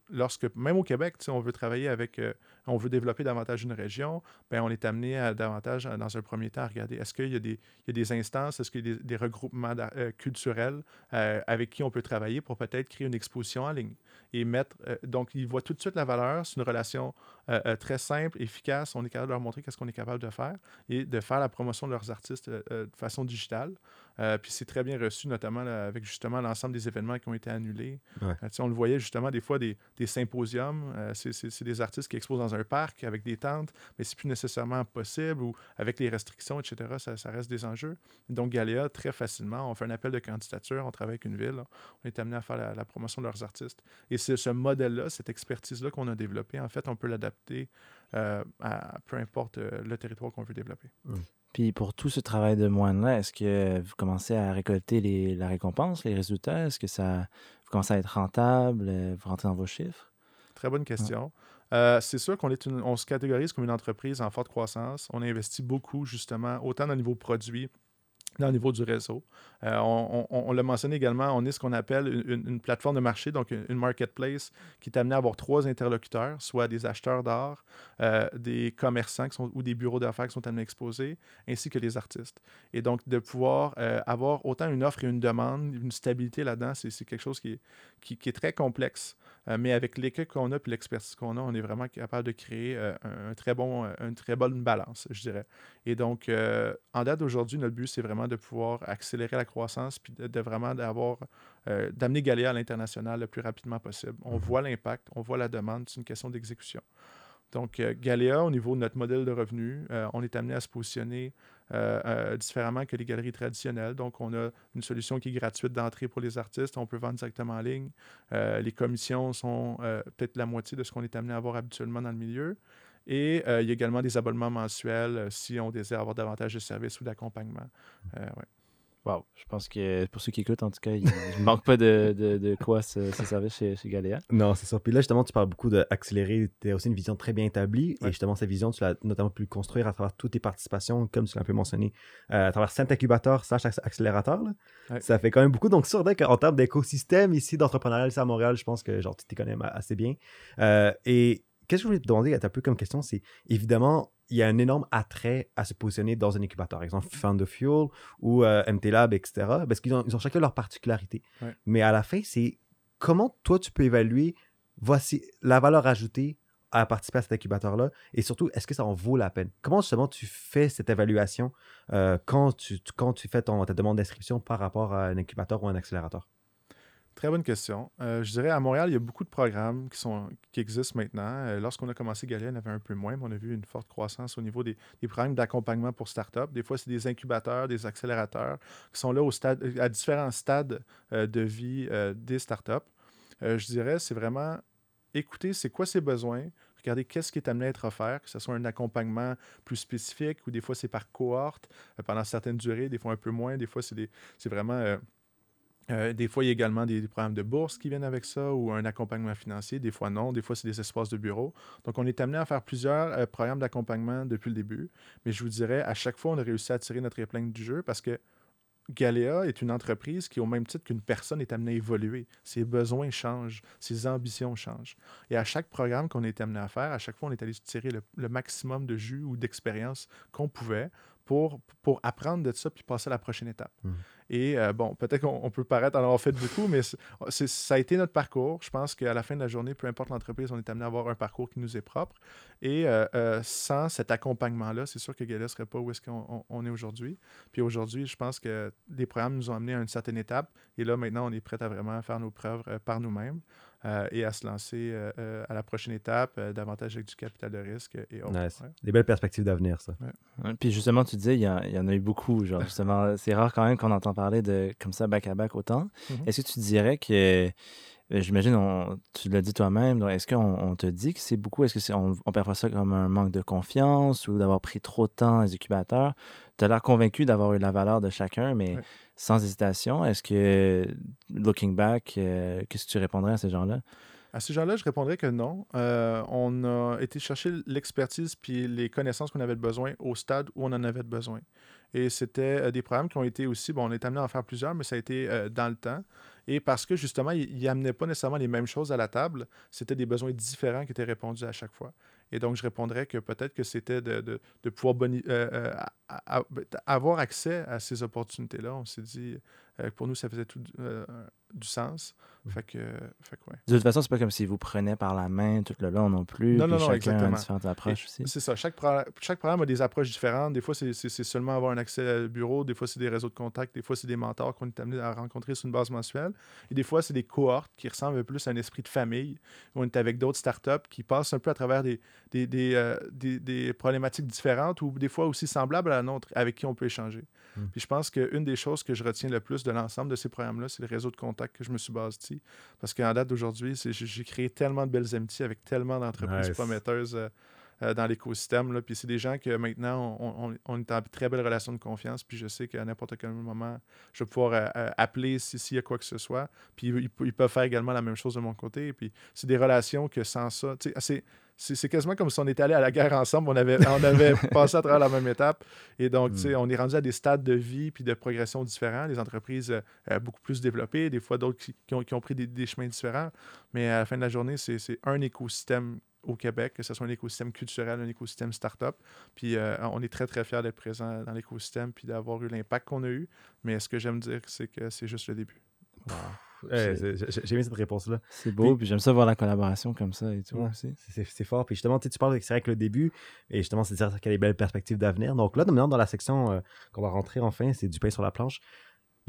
Même au Québec, on veut travailler on veut développer davantage une région, bien, on est amené à davantage, dans un premier temps, à regarder est-ce qu'il y a des instances, est-ce qu'il y a des regroupements culturels avec qui on peut travailler pour peut-être créer une exposition en ligne et mettre... donc, ils voient tout de suite la valeur. C'est une relation très simple, efficace. On est capable de leur montrer qu'est-ce qu'on est capable de faire et de faire la promotion de leurs artistes de façon digitale. Puis c'est très bien reçu, notamment avec justement l'ensemble des événements qui ont été annulés. Ouais. On le voyait justement des fois des symposiums. C'est des artistes qui exposent dans un parc avec des tentes, mais c'est plus nécessairement possible ou avec les restrictions, etc. Ça reste des enjeux. Donc Galéa, très facilement, on fait un appel de candidature, on travaille avec une ville, on est amené à faire la promotion de leurs artistes. Et c'est ce modèle-là, cette expertise-là qu'on a développée. En fait, on peut l'adapter à peu importe le territoire qu'on veut développer. Puis pour tout ce travail de moine-là, est-ce que vous commencez à récolter la récompense, les résultats? Est-ce que vous commencez à être rentable? Vous rentrez dans vos chiffres? Très bonne question. C'est sûr on se catégorise comme une entreprise en forte croissance. On investit beaucoup, justement, autant dans le niveau produit, dans le niveau du réseau. On l'a mentionné également, on est ce qu'on appelle une plateforme de marché, donc une marketplace qui est amenée à avoir 3 interlocuteurs, soit des acheteurs d'art, des commerçants ou des bureaux d'affaires qui sont amenés à exposer, ainsi que les artistes. Et donc, de pouvoir avoir autant une offre et une demande, une stabilité là-dedans, c'est quelque chose qui est très complexe. Mais avec l'équipe qu'on a et l'expertise qu'on a, on est vraiment capable de créer une très bonne balance, je dirais. Et donc, en date d'aujourd'hui, notre but, c'est vraiment de pouvoir accélérer la croissance puis de vraiment d'amener Galéa à l'international le plus rapidement possible. On voit l'impact, on voit la demande, c'est une question d'exécution. Donc, Galéa, au niveau de notre modèle de revenu, on est amené à se positionner différemment que les galeries traditionnelles. Donc, on a une solution qui est gratuite d'entrée pour les artistes. On peut vendre directement en ligne. Les commissions sont peut-être la moitié de ce qu'on est amené à avoir habituellement dans le milieu. Et il y a également des abonnements mensuels si on désire avoir davantage de services ou d'accompagnement. Ouais. Wow. Je pense que pour ceux qui écoutent, en tout cas, il ne manque pas de quoi se servir chez Galéa. Non, c'est ça. Puis là, justement, tu parles beaucoup d'accélérer. Tu as aussi une vision très bien établie. Ouais. Et justement, cette vision, tu l'as notamment pu construire à travers toutes tes participations, comme tu l'as un peu mentionné, à travers 5 incubateurs / accélérateurs. Ouais. Ça fait quand même beaucoup. Donc, c'est sûr qu'en termes d'écosystème ici, d'entrepreneuriat ici à Montréal, je pense que genre, tu t'y connais assez bien. Et qu'est-ce que je voulais te demander, un peu comme question, c'est évidemment, il y a un énorme attrait à se positionner dans un incubateur. Par exemple, Fund the Fuel ou MT Lab, etc. Parce qu'ils ont chacun leur particularité. Ouais. Mais à la fin, c'est comment toi, tu peux évaluer voici la valeur ajoutée à participer à cet incubateur-là et surtout, est-ce que ça en vaut la peine? Comment justement tu fais cette évaluation quand tu fais ta demande d'inscription par rapport à un incubateur ou un accélérateur? Très bonne question. Je dirais, à Montréal, il y a beaucoup de programmes qui existent maintenant. Lorsqu'on a commencé Galéa, il y en avait un peu moins, mais on a vu une forte croissance au niveau des programmes d'accompagnement pour start-up. Des fois, c'est des incubateurs, des accélérateurs qui sont là à différents stades de vie des start-up. Je dirais, c'est vraiment écouter c'est quoi ses besoins, regarder qu'est-ce qui est amené à être offert, que ce soit un accompagnement plus spécifique ou des fois, c'est par cohorte pendant certaines durées, des fois un peu moins, des fois, c'est vraiment... des fois, il y a également des programmes de bourse qui viennent avec ça ou un accompagnement financier. Des fois, non. Des fois, c'est des espaces de bureau. Donc, on est amené à faire plusieurs programmes d'accompagnement depuis le début. Mais je vous dirais, à chaque fois, on a réussi à tirer notre épingle du jeu parce que Galéa est une entreprise qui, au même titre qu'une personne, est amenée à évoluer. Ses besoins changent, ses ambitions changent. Et à chaque programme qu'on est amené à faire, à chaque fois, on est allé tirer le maximum de jus ou d'expérience qu'on pouvait pour apprendre de ça puis passer à la prochaine étape. Et bon, peut-être qu'on peut paraître en avoir fait beaucoup, mais ça a été notre parcours. Je pense qu'à la fin de la journée, peu importe l'entreprise, on est amené à avoir un parcours qui nous est propre. Et sans cet accompagnement-là, c'est sûr que Galéa ne serait pas où est-ce qu'on est aujourd'hui. Puis aujourd'hui, je pense que les programmes nous ont amenés à une certaine étape. Et là, maintenant, on est prêt à vraiment faire nos preuves par nous-mêmes et à se lancer à la prochaine étape, davantage avec du capital de risque et autres. Nice. Ouais. Des belles perspectives d'avenir, ça. Ouais, puis justement, tu disais, il y en a eu beaucoup. Genre, justement, c'est rare quand même qu'on entend parler de comme ça, back-à-back autant. Mhm. Est-ce que tu dirais que, j'imagine, tu l'as dit toi-même, donc est-ce qu'on te dit que c'est beaucoup? Est-ce que on perçoit ça comme un manque de confiance ou d'avoir pris trop de temps les incubateurs? Tu as l'air convaincu d'avoir eu la valeur de chacun, mais Ouais. sans hésitation, est-ce que, looking back, qu'est-ce que tu répondrais à ces gens-là? À ces gens-là, je répondrais que non. On a été chercher l'expertise puis les connaissances qu'on avait besoin au stade où on en avait besoin. Et c'était des programmes qui ont été aussi, bon, on est amené à en faire plusieurs, mais ça a été dans le temps. Et parce que justement, ils n'amenaient pas nécessairement les mêmes choses à la table, c'était des besoins différents qui étaient répondus à chaque fois. Et donc, je répondrais que peut-être que c'était de pouvoir avoir accès à ces opportunités-là. On s'est dit que pour nous, ça faisait tout du sens. Fait que ouais. De toute façon, c'est pas comme s'ils vous prenaient par la main tout le long non plus. Non, puis non, chacun exactement. a différentes approches aussi. C'est ça. Chaque programme a des approches différentes. Des fois, c'est seulement avoir un accès au bureau. Des fois, c'est des réseaux de contacts. Des fois, c'est des mentors qu'on est amené à rencontrer sur une base mensuelle. Et des fois, c'est des cohortes qui ressemblent un peu plus à un esprit de famille. Où on est avec d'autres startups qui passent un peu à travers des problématiques différentes ou des fois aussi semblables à la nôtre avec qui on peut échanger. Puis je pense qu'une des choses que je retiens le plus de l'ensemble de ces programmes-là, c'est le réseau de contacts que je me suis bâti. Parce qu'en date d'aujourd'hui, j'ai créé tellement de belles amitiés avec tellement d'entreprises prometteuses dans l'écosystème. Là. Puis c'est des gens que maintenant, on est en très belle relation de confiance. Puis je sais qu'à n'importe quel moment, je vais pouvoir appeler s'il y a quoi que ce soit. Puis ils peuvent faire également la même chose de mon côté. Et puis c'est des relations que sans ça, tu sais, c'est quasiment comme si on était allé à la guerre ensemble, on avait passé à travers la même étape. Et donc, tu sais, on est rendu à des stades de vie puis de progression différents. Les entreprises beaucoup plus développées, des fois d'autres qui ont pris des chemins différents. Mais à la fin de la journée, c'est un écosystème au Québec, que ce soit un écosystème culturel, un écosystème start-up. Puis on est très, très fiers d'être présent dans l'écosystème puis d'avoir eu l'impact qu'on a eu. Mais ce que j'aime dire, c'est que c'est juste le début. Wow. J'ai aimé cette réponse-là. C'est beau, puis j'aime ça voir la collaboration comme ça et tout aussi. C'est fort. Puis justement, tu parles, c'est vrai que le début, et justement, c'est dire qu'il y a des belles perspectives d'avenir. Donc là, maintenant, dans la section qu'on va rentrer enfin, c'est du pain sur la planche. Là,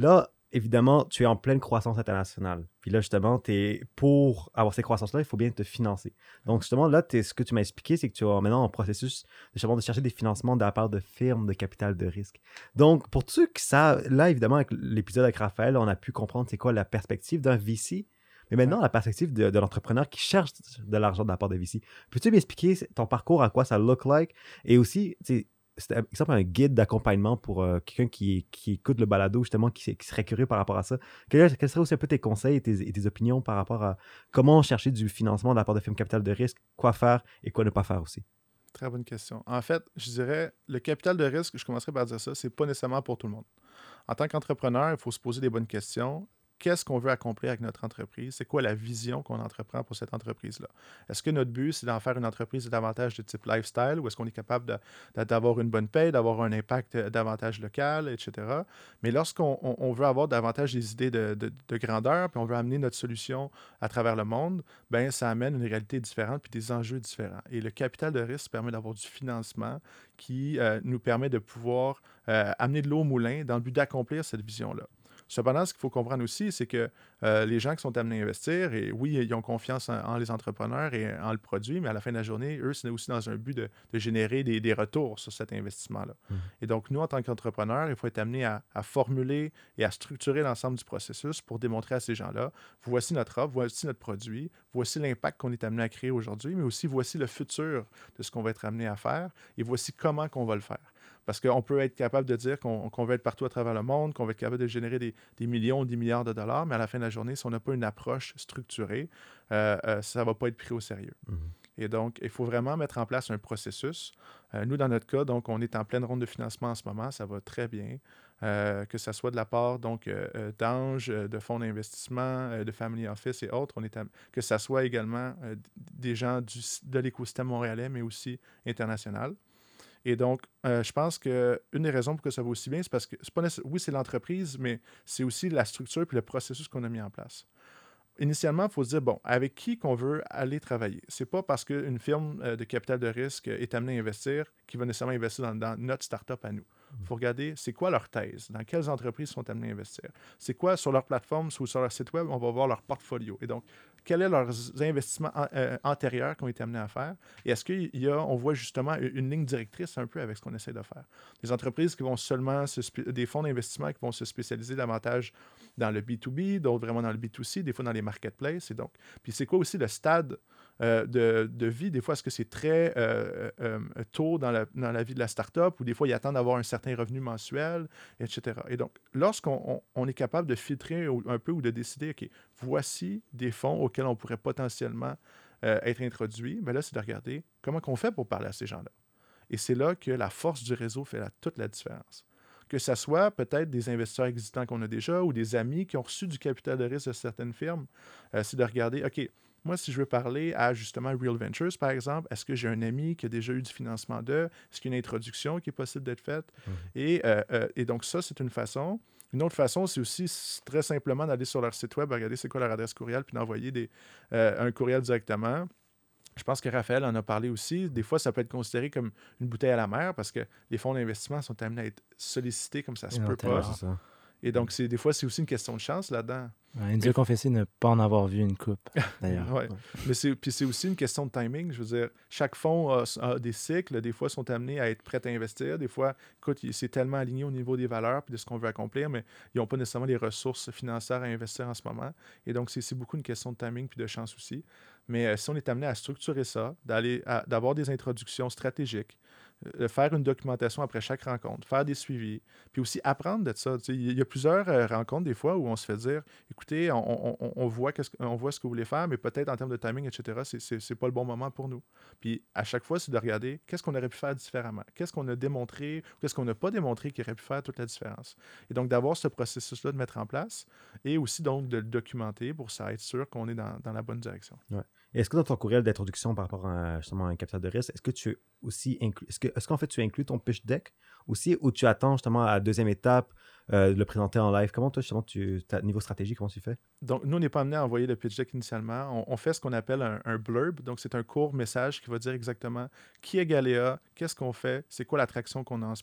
évidemment, tu es en pleine croissance internationale. Puis là, justement, pour avoir ces croissances-là, il faut bien te financer. Donc, justement, là, ce que tu m'as expliqué, c'est que tu es maintenant en processus justement de chercher des financements de la part de firmes de capital de risque. Donc, pour ceux qui savent, là, évidemment, avec l'épisode avec Raphaël, on a pu comprendre c'est quoi la perspective d'un VC. Mais maintenant, la perspective de l'entrepreneur qui cherche de l'argent de la part de VC. Peux-tu m'expliquer ton parcours, à quoi ça look like? Et aussi, c'est exemple un guide d'accompagnement pour quelqu'un qui écoute le balado, justement, qui serait curieux par rapport à ça. Quels seraient aussi un peu tes conseils et tes opinions par rapport à comment chercher du financement de la part de firmes capital de risque, quoi faire et quoi ne pas faire aussi? Très bonne question. En fait, je dirais, le capital de risque, je commencerai par dire ça, c'est pas nécessairement pour tout le monde. En tant qu'entrepreneur, il faut se poser des bonnes questions. Qu'est-ce qu'on veut accomplir avec notre entreprise? C'est quoi la vision qu'on entreprend pour cette entreprise-là? Est-ce que notre but, c'est d'en faire une entreprise davantage de type lifestyle ou est-ce qu'on est capable d'avoir une bonne paye, d'avoir un impact davantage local, etc.? Mais lorsqu'on veut avoir davantage des idées de grandeur, puis on veut amener notre solution à travers le monde, bien, ça amène une réalité différente puis des enjeux différents. Et le capital de risque permet d'avoir du financement qui nous permet de pouvoir amener de l'eau au moulin dans le but d'accomplir cette vision-là. Cependant, ce qu'il faut comprendre aussi, c'est que les gens qui sont amenés à investir, et oui, ils ont confiance en les entrepreneurs et en le produit, mais à la fin de la journée, eux, c'est aussi dans un but de générer des retours sur cet investissement-là. Et donc, nous, en tant qu'entrepreneurs, il faut être amené à formuler et à structurer l'ensemble du processus pour démontrer à ces gens-là, voici notre offre, voici notre produit, voici l'impact qu'on est amené à créer aujourd'hui, mais aussi voici le futur de ce qu'on va être amené à faire et voici comment qu'on va le faire. Parce qu'on peut être capable de dire qu'on veut être partout à travers le monde, qu'on va être capable de générer des millions, des milliards de dollars, mais à la fin de la journée, si on n'a pas une approche structurée, ça ne va pas être pris au sérieux. Et donc, il faut vraiment mettre en place un processus. Nous, dans notre cas, donc, on est en pleine ronde de financement en ce moment, ça va très bien. Que ce soit de la part d'Ange, de fonds d'investissement, de Family Office et autres, que ce soit également des gens de l'écosystème montréalais, mais aussi international. Et donc, je pense qu'une des raisons pour que ça va aussi bien, c'est parce que, oui, c'est l'entreprise, mais c'est aussi la structure et le processus qu'on a mis en place. Initialement, il faut se dire, bon, avec qui qu'on veut aller travailler? C'est pas parce qu'une firme de capital de risque est amenée à investir qu'il va nécessairement investir dans notre start-up à nous. Il faut regarder, c'est quoi leur thèse? Dans quelles entreprises sont amenées à investir? C'est quoi sur leur plateforme ou sur leur site web? On va voir leur portfolio. Et donc, quels sont leurs investissements antérieurs qui ont été amenés à faire? Et est-ce qu'on voit justement une ligne directrice un peu avec ce qu'on essaie de faire? Des entreprises qui vont seulement, des fonds d'investissement qui vont se spécialiser davantage dans le B2B, d'autres vraiment dans le B2C, des fois dans les marketplaces. Et donc, puis c'est quoi aussi le stade de vie? Des fois, est-ce que c'est très tôt dans la vie de la start-up ou des fois, ils attendent d'avoir un certain revenu mensuel, etc. Et donc, lorsqu'on est capable de filtrer un peu ou de décider, OK, voici des fonds auxquels on pourrait potentiellement être introduit, bien là, c'est de regarder comment on fait pour parler à ces gens-là. Et c'est là que la force du réseau fait toute la différence. Que ce soit peut-être des investisseurs existants qu'on a déjà ou des amis qui ont reçu du capital de risque de certaines firmes, c'est de regarder, OK, moi, si je veux parler à justement Real Ventures, par exemple, est-ce que j'ai un ami qui a déjà eu du financement d'eux? Est-ce qu'il y a une introduction qui est possible d'être faite? Et donc, ça, c'est une façon. Une autre façon, c'est aussi très simplement d'aller sur leur site web, regarder c'est quoi leur adresse courriel, puis d'envoyer un courriel directement. Je pense que Raphaël en a parlé aussi. Des fois, ça peut être considéré comme une bouteille à la mer parce que les fonds d'investissement sont amenés à être sollicités comme ça se peut pas. Ça. Et donc, des fois, c'est aussi une question de chance là-dedans. Il nous a confessé ne pas en avoir vu une coupe, d'ailleurs. Ouais. Mais c'est aussi une question de timing. Je veux dire, chaque fonds a des cycles. Des fois, sont amenés à être prêts à investir. Des fois, écoute, c'est tellement aligné au niveau des valeurs et de ce qu'on veut accomplir, mais ils n'ont pas nécessairement les ressources financières à investir en ce moment. Et donc, c'est beaucoup une question de timing puis de chance aussi. Mais si on est amené à structurer ça, d'avoir des introductions stratégiques, faire une documentation après chaque rencontre, faire des suivis, puis aussi apprendre de ça. Il y a plusieurs rencontres des fois où on se fait dire, écoutez, on voit ce que vous voulez faire, mais peut-être en termes de timing, etc., c'est pas le bon moment pour nous. Puis à chaque fois, c'est de regarder qu'est-ce qu'on aurait pu faire différemment, qu'est-ce qu'on a démontré, qu'est-ce qu'on n'a pas démontré qui aurait pu faire toute la différence. Et donc d'avoir ce processus-là de mettre en place et aussi donc de le documenter pour ça être sûr qu'on est dans la bonne direction. Ouais. Et est-ce que dans ton courriel d'introduction par rapport à justement un capital de risque, est-ce que tu aussi est-ce qu'en fait tu inclus ton pitch deck aussi ou tu attends justement à la deuxième étape de le présenter en live? Comment toi justement niveau stratégie, comment tu fais? Donc nous, on n'est pas amené à envoyer le pitch deck initialement. On fait ce qu'on appelle un blurb. Donc c'est un court message qui va dire exactement qui est Galéa, qu'est-ce qu'on fait, c'est quoi l'attraction qu'on a en ce moment.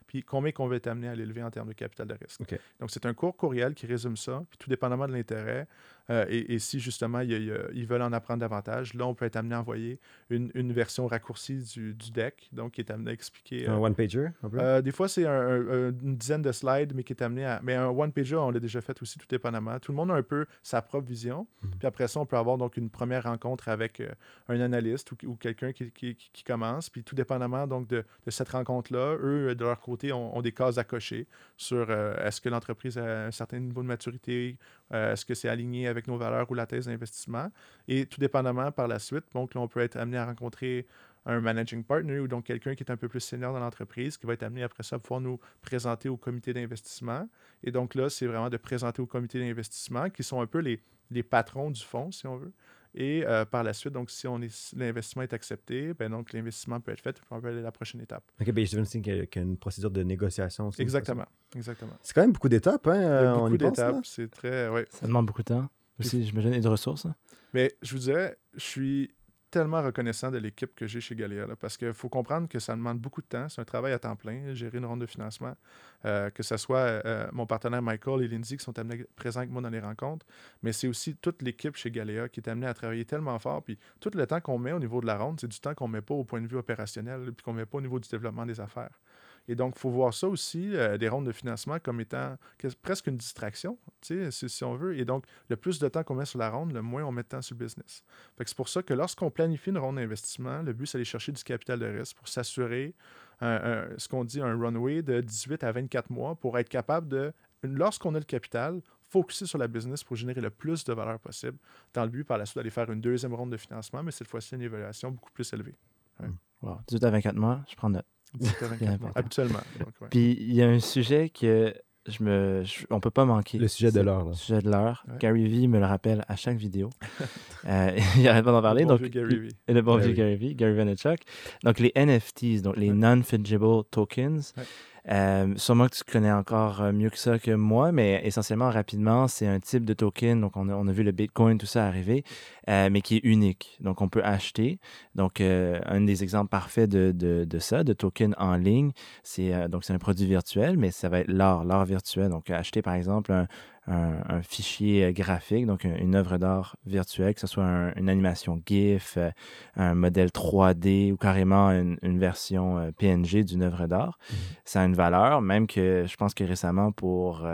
puis combien qu'on va être amené à l'élever en termes de capital de risque. OK. Donc, c'est un court courriel qui résume ça, puis tout dépendamment de l'intérêt, et si justement ils veulent en apprendre davantage, là, on peut être amené à envoyer une version raccourcie du deck, donc qui est amené à expliquer... Un one-pager, un peu? des fois, c'est une dizaine de slides, mais qui est amené à... Mais un one-pager, on l'a déjà fait aussi, tout dépendamment. Tout le monde a un peu sa propre vision. Puis après ça, on peut avoir donc une première rencontre avec un analyste ou quelqu'un qui commence. Puis tout dépendamment donc de cette rencontre-là, eux, de leur côté, ont des cases à cocher sur est-ce que l'entreprise a un certain niveau de maturité, est-ce que c'est aligné avec nos valeurs ou la thèse d'investissement. Et tout dépendamment, par la suite, donc là, on peut être amené à rencontrer un managing partner ou donc quelqu'un qui est un peu plus senior dans l'entreprise qui va être amené après ça à pouvoir nous présenter au comité d'investissement. Et donc là, c'est vraiment de présenter au comité d'investissement qui sont un peu les patrons du fonds, si on veut. Et par la suite, donc si l'investissement est accepté, ben donc l'investissement peut être fait et on peut aller à la prochaine étape. OK, ben je devine aussi qu'il y a une procédure de négociation aussi. Exactement. C'est quand même beaucoup d'étapes, hein? Il y a on beaucoup y pense, là? d'étapes, c'est très... Ouais. Ça demande beaucoup de temps aussi, j'imagine, et de ressources. Hein? Mais je vous dirais, je suis tellement reconnaissant de l'équipe que j'ai chez Galea, là, parce qu'il faut comprendre que ça demande beaucoup de temps. C'est un travail à temps plein, gérer une ronde de financement. Que ce soit mon partenaire Michael et Lindsay qui sont amenés présents avec moi dans les rencontres, mais c'est aussi toute l'équipe chez Galea qui est amenée à travailler tellement fort. Puis tout le temps qu'on met au niveau de la ronde, c'est du temps qu'on ne met pas au point de vue opérationnel, puis qu'on ne met pas au niveau du développement des affaires. Et donc, il faut voir ça aussi, des rondes de financement, comme étant presque une distraction, si on veut. Et donc, le plus de temps qu'on met sur la ronde, le moins on met de temps sur le business. Fait que c'est pour ça que lorsqu'on planifie une ronde d'investissement, le but, c'est d'aller chercher du capital de risque pour s'assurer ce qu'on dit un runway de 18 à 24 mois pour être capable de, lorsqu'on a le capital, focuser sur la business pour générer le plus de valeur possible, dans le but, par la suite, d'aller faire une deuxième ronde de financement, mais cette fois-ci, une évaluation beaucoup plus élevée. Ouais. Wow. 18 à 24 mois, je prends note. Habituellement. Donc, ouais. Puis il y a un sujet que on peut pas manquer. Le sujet de l'heure. Le sujet de l'heure. Ouais. Gary Vee me le rappelle à chaque vidéo. Il arrête pas d'en parler. Le bon Donc, vieux Gary Vee. Le bon vieux Gary Vee, Gary Vaynerchuk. Donc les NFTs, donc les Non-Fungible Tokens. Ouais. Sûrement que tu connais encore mieux que ça que moi, mais essentiellement, rapidement, c'est un type de token. Donc, on a vu le Bitcoin, tout ça arriver, mais qui est unique. Donc, on peut acheter. Donc, un des exemples parfaits de ça, de token en ligne, c'est un produit virtuel, mais ça va être l'art virtuel. Donc, acheter, par exemple, un fichier graphique, donc une œuvre d'art virtuelle, que ce soit une animation GIF, un modèle 3D ou carrément une version PNG d'une œuvre d'art. Ça a une valeur, même que je pense que récemment, pour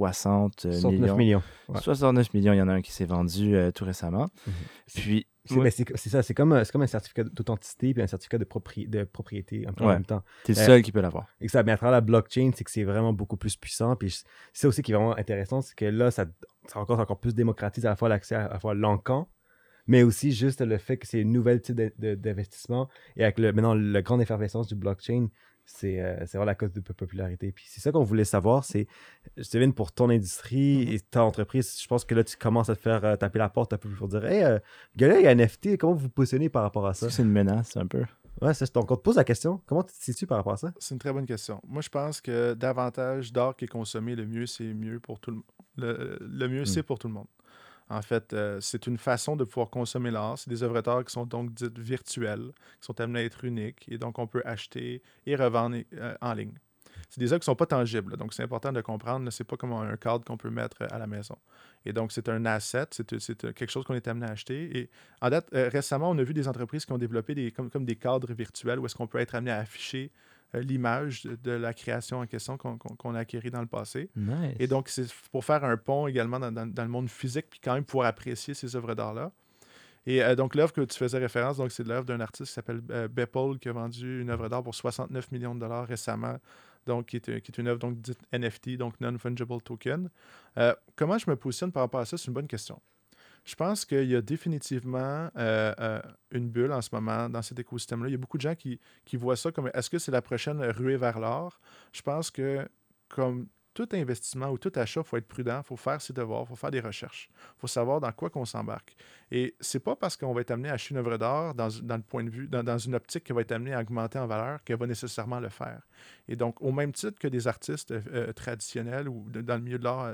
69 millions. Ouais. 69 millions, il y en a un qui s'est vendu tout récemment. Puis, c'est ça, c'est comme un certificat d'authenticité puis un certificat de propriété en même temps. T'es le seul qui peut l'avoir. Exact, mais à travers la blockchain, c'est que c'est vraiment beaucoup plus puissant. Puis c'est ça aussi qui est vraiment intéressant, c'est que là, ça encore plus démocratise à la fois l'accès à la fois l'encan, mais aussi juste le fait que c'est une nouvelle type d'investissement. Et avec maintenant la grande effervescence du blockchain, c'est vraiment la cause de popularité. Puis c'est ça qu'on voulait savoir, c'est, je devine pour ton industrie et ta entreprise, je pense que là, tu commences à te faire taper la porte un peu pour dire « Hey, gars, il y a NFT, comment vous vous positionnez par rapport à ça? » C'est une menace, un peu. Ouais, donc on te pose la question. Comment tu te situes par rapport à ça? C'est une très bonne question. Moi, je pense que davantage d'art qui est consommé, le mieux, c'est mieux pour tout le monde. Le mieux, c'est pour tout le monde. En fait, c'est une façon de pouvoir consommer l'art. C'est des œuvres d'art qui sont donc dites virtuelles, qui sont amenées à être uniques, et donc on peut acheter et revendre en ligne. C'est des œuvres qui ne sont pas tangibles, donc c'est important de comprendre. C'est pas comme un cadre qu'on peut mettre à la maison. Et donc, c'est un asset, c'est quelque chose qu'on est amené à acheter. Et en date, récemment, on a vu des entreprises qui ont développé comme des cadres virtuels où est-ce qu'on peut être amené à afficher l'image de la création en question qu'on a acquérie dans le passé. Nice. Et donc, c'est pour faire un pont également dans le monde physique, puis quand même pouvoir apprécier ces œuvres d'art-là. Et donc, l'œuvre que tu faisais référence, donc c'est l'œuvre d'un artiste qui s'appelle Beppel, qui a vendu une œuvre d'art pour 69 millions de dollars récemment, donc qui est une œuvre donc, dite NFT, donc Non-Fungible Token. Comment je me positionne par rapport à ça? C'est une bonne question. Je pense qu'il y a définitivement une bulle en ce moment dans cet écosystème-là. Il y a beaucoup de gens qui voient ça comme est-ce que c'est la prochaine ruée vers l'or? Je pense que comme tout investissement ou tout achat, il faut être prudent, il faut faire ses devoirs, il faut faire des recherches. Il faut savoir dans quoi qu'on s'embarque. Et c'est pas parce qu'on va être amené à acheter une œuvre d'art dans le point de vue, dans une optique qui va être amenée à augmenter en valeur qu'elle va nécessairement le faire. Et donc, au même titre que des artistes traditionnels ou dans le milieu de l'art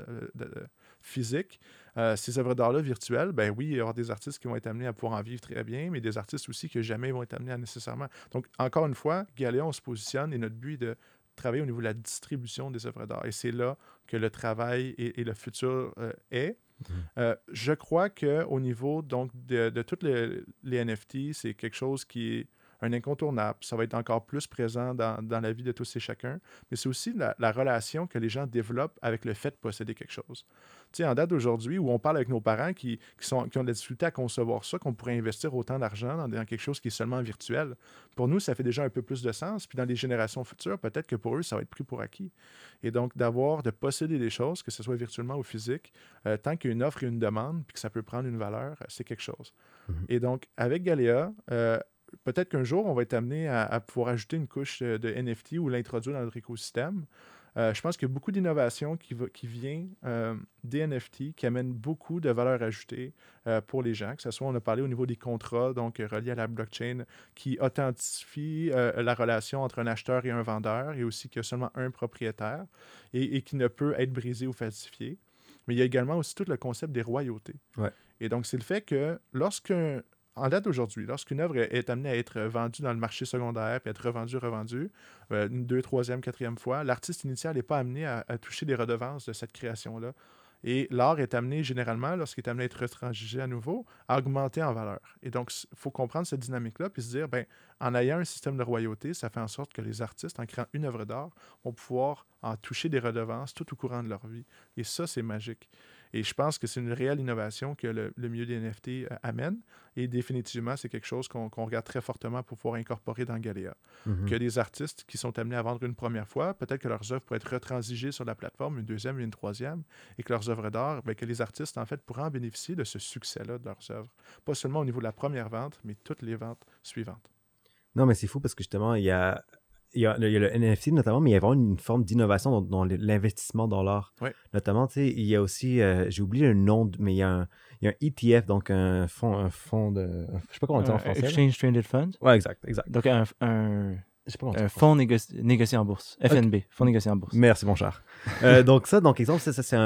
physique, ces œuvres d'art-là virtuelles, ben oui, il y aura des artistes qui vont être amenés à pouvoir en vivre très bien, mais des artistes aussi qui jamais vont être amenés à nécessairement. Donc, encore une fois, Galea, on se positionne et notre but est de travailler au niveau de la distribution des œuvres d'art. Et c'est là que le travail et le futur est. Je crois qu'au niveau donc, de tous les NFT, c'est quelque chose qui est un incontournable. Ça va être encore plus présent dans la vie de tous et chacun. Mais c'est aussi la relation que les gens développent avec le fait de posséder quelque chose. Tu sais, en date d'aujourd'hui, où on parle avec nos parents qui ont de la difficulté à concevoir ça, qu'on pourrait investir autant d'argent dans quelque chose qui est seulement virtuel. Pour nous, ça fait déjà un peu plus de sens. Puis dans les générations futures, peut-être que pour eux, ça va être pris pour acquis. Et donc, de posséder des choses, que ce soit virtuellement ou physique, tant qu'il y a une offre et une demande, puis que ça peut prendre une valeur, c'est quelque chose. Et donc, avec Galéa, peut-être qu'un jour, on va être amené à pouvoir ajouter une couche de NFT ou l'introduire dans notre écosystème. Je pense qu'il y a beaucoup d'innovation qui vient des NFT, qui amène beaucoup de valeur ajoutée pour les gens, que ce soit, on a parlé au niveau des contrats, donc reliés à la blockchain, qui authentifie la relation entre un acheteur et un vendeur, et aussi qu'il y a seulement un propriétaire, et qui ne peut être brisé ou falsifié. Mais il y a également aussi tout le concept des royautés. Ouais. Et donc, c'est le fait que en date d'aujourd'hui, lorsqu'une œuvre est amenée à être vendue dans le marché secondaire puis à être revendue, une 2e, 3e, 4e fois, l'artiste initial n'est pas amené à toucher des redevances de cette création-là. Et l'art est amené, généralement, lorsqu'il est amené à être retransgigé à nouveau, à augmenter en valeur. Et donc, il faut comprendre cette dynamique-là puis se dire, en ayant un système de royauté, ça fait en sorte que les artistes, en créant une œuvre d'art, vont pouvoir en toucher des redevances tout au courant de leur vie. Et ça, c'est magique. Et je pense que c'est une réelle innovation que le milieu des NFT amène. Et définitivement, c'est quelque chose qu'on regarde très fortement pour pouvoir incorporer dans Galéa. Que des artistes qui sont amenés à vendre une première fois, peut-être que leurs œuvres pourraient être retransigées sur la plateforme, une 2e et une 3e, et que leurs œuvres d'art, que les artistes, en fait, pourraient en bénéficier de ce succès-là de leurs œuvres. Pas seulement au niveau de la première vente, mais toutes les ventes suivantes. Non, mais c'est fou parce que justement, il y a le NFT notamment, mais il y a vraiment une forme d'innovation dans l'investissement dans l'art. Ouais. Notamment, tu sais, il y a aussi, j'ai oublié le nom, mais il y a un ETF, donc un fonds de... Je sais pas comment on dit en français. Exchange Traded Fund. Ouais, exact. Donc, Je sais pas comment on dit un en fonds négocié en bourse. FNB, fonds négocié en bourse. Merci, mon cher. Donc, exemple,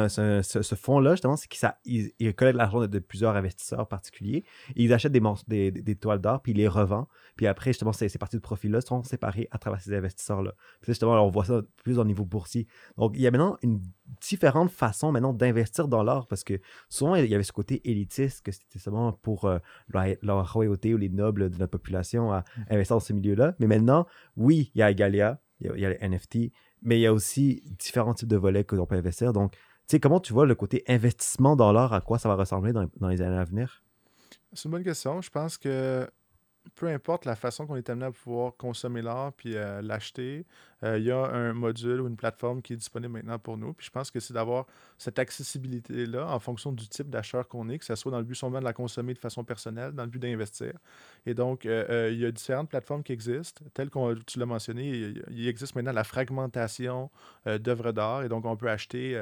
ce fonds-là, justement, c'est qu'il collecte l'argent de plusieurs investisseurs particuliers. Et ils achètent des toiles d'art, puis ils les revendent. Puis après, justement, ces parties de profit-là sont séparées à travers ces investisseurs-là. Puis justement, on voit ça plus au niveau boursier. Donc, il y a maintenant une différente façon maintenant d'investir dans l'art, parce que souvent, il y avait ce côté élitiste, que c'était seulement pour la royauté ou les nobles de notre population à investir dans ce milieu-là. Mais maintenant, oui, il y a Galéa, il y a les NFT, mais il y a aussi différents types de volets que l'on peut investir. Donc, tu sais, comment tu vois le côté investissement dans l'art, à quoi ça va ressembler dans les années à venir? C'est une bonne question. Je pense que peu importe la façon qu'on est amené à pouvoir consommer l'art puis l'acheter, il y a un module ou une plateforme qui est disponible maintenant pour nous. Puis je pense que c'est d'avoir cette accessibilité-là en fonction du type d'acheteur qu'on est, que ce soit dans le but seulement de la consommer de façon personnelle, dans le but d'investir. Et donc, il y a différentes plateformes qui existent. Telles que tu l'as mentionné, il existe maintenant la fragmentation d'œuvres d'art. Et donc, on peut acheter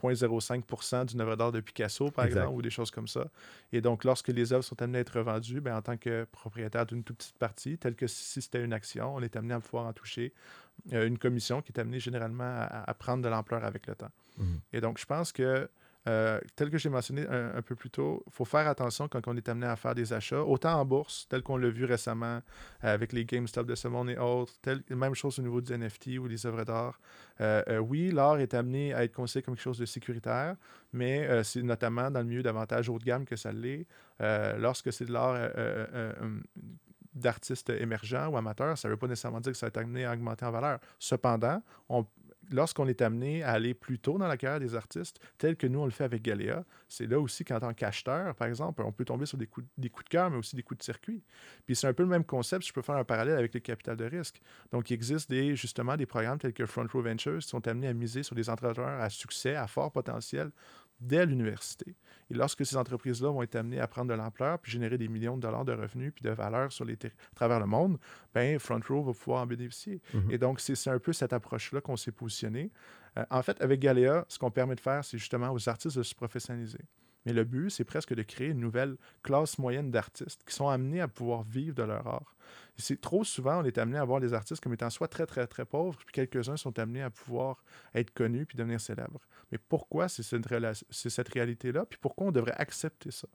0,05% d'une œuvre d'art de Picasso, par exemple, ou des choses comme ça. Et donc, lorsque les œuvres sont amenées à être revendues, en tant que propriétaire d'une toute petite partie, telle que si c'était une action, on est amené à pouvoir en toucher une commission qui est amenée généralement à prendre de l'ampleur avec le temps. Et donc, je pense que, tel que j'ai mentionné un peu plus tôt, il faut faire attention quand on est amené à faire des achats, autant en bourse, tel qu'on l'a vu récemment avec les GameStop de ce monde et autres, même chose au niveau du NFT ou des œuvres d'art. Oui, l'art est amené à être considéré comme quelque chose de sécuritaire, mais c'est notamment dans le milieu davantage haut de gamme que ça l'est. Lorsque c'est de l'art d'artistes émergents ou amateurs, ça ne veut pas nécessairement dire que ça va être amené à augmenter en valeur. Cependant, lorsqu'on est amené à aller plus tôt dans la carrière des artistes, tel que nous, on le fait avec Galéa, c'est là aussi qu'en tant qu'acheteur, par exemple, on peut tomber sur des coups de cœur, mais aussi des coups de circuit. Puis c'est un peu le même concept, si je peux faire un parallèle avec le capital de risque. Donc, il existe justement des programmes tels que Front Row Ventures qui sont amenés à miser sur des entrepreneurs à succès, à fort potentiel, dès l'université. Et lorsque ces entreprises-là vont être amenées à prendre de l'ampleur puis générer des millions de dollars de revenus puis de valeur à travers le monde, Front Row va pouvoir en bénéficier. Et donc, c'est un peu cette approche-là qu'on s'est positionné. En fait, avec Galéa, ce qu'on permet de faire, c'est justement aux artistes de se professionnaliser. Mais le but, c'est presque de créer une nouvelle classe moyenne d'artistes qui sont amenés à pouvoir vivre de leur art. Trop souvent, on est amené à voir les artistes comme étant soit très, très, très pauvres, puis quelques-uns sont amenés à pouvoir être connus puis devenir célèbres. Mais pourquoi c'est cette réalité-là? Puis pourquoi on devrait accepter ça?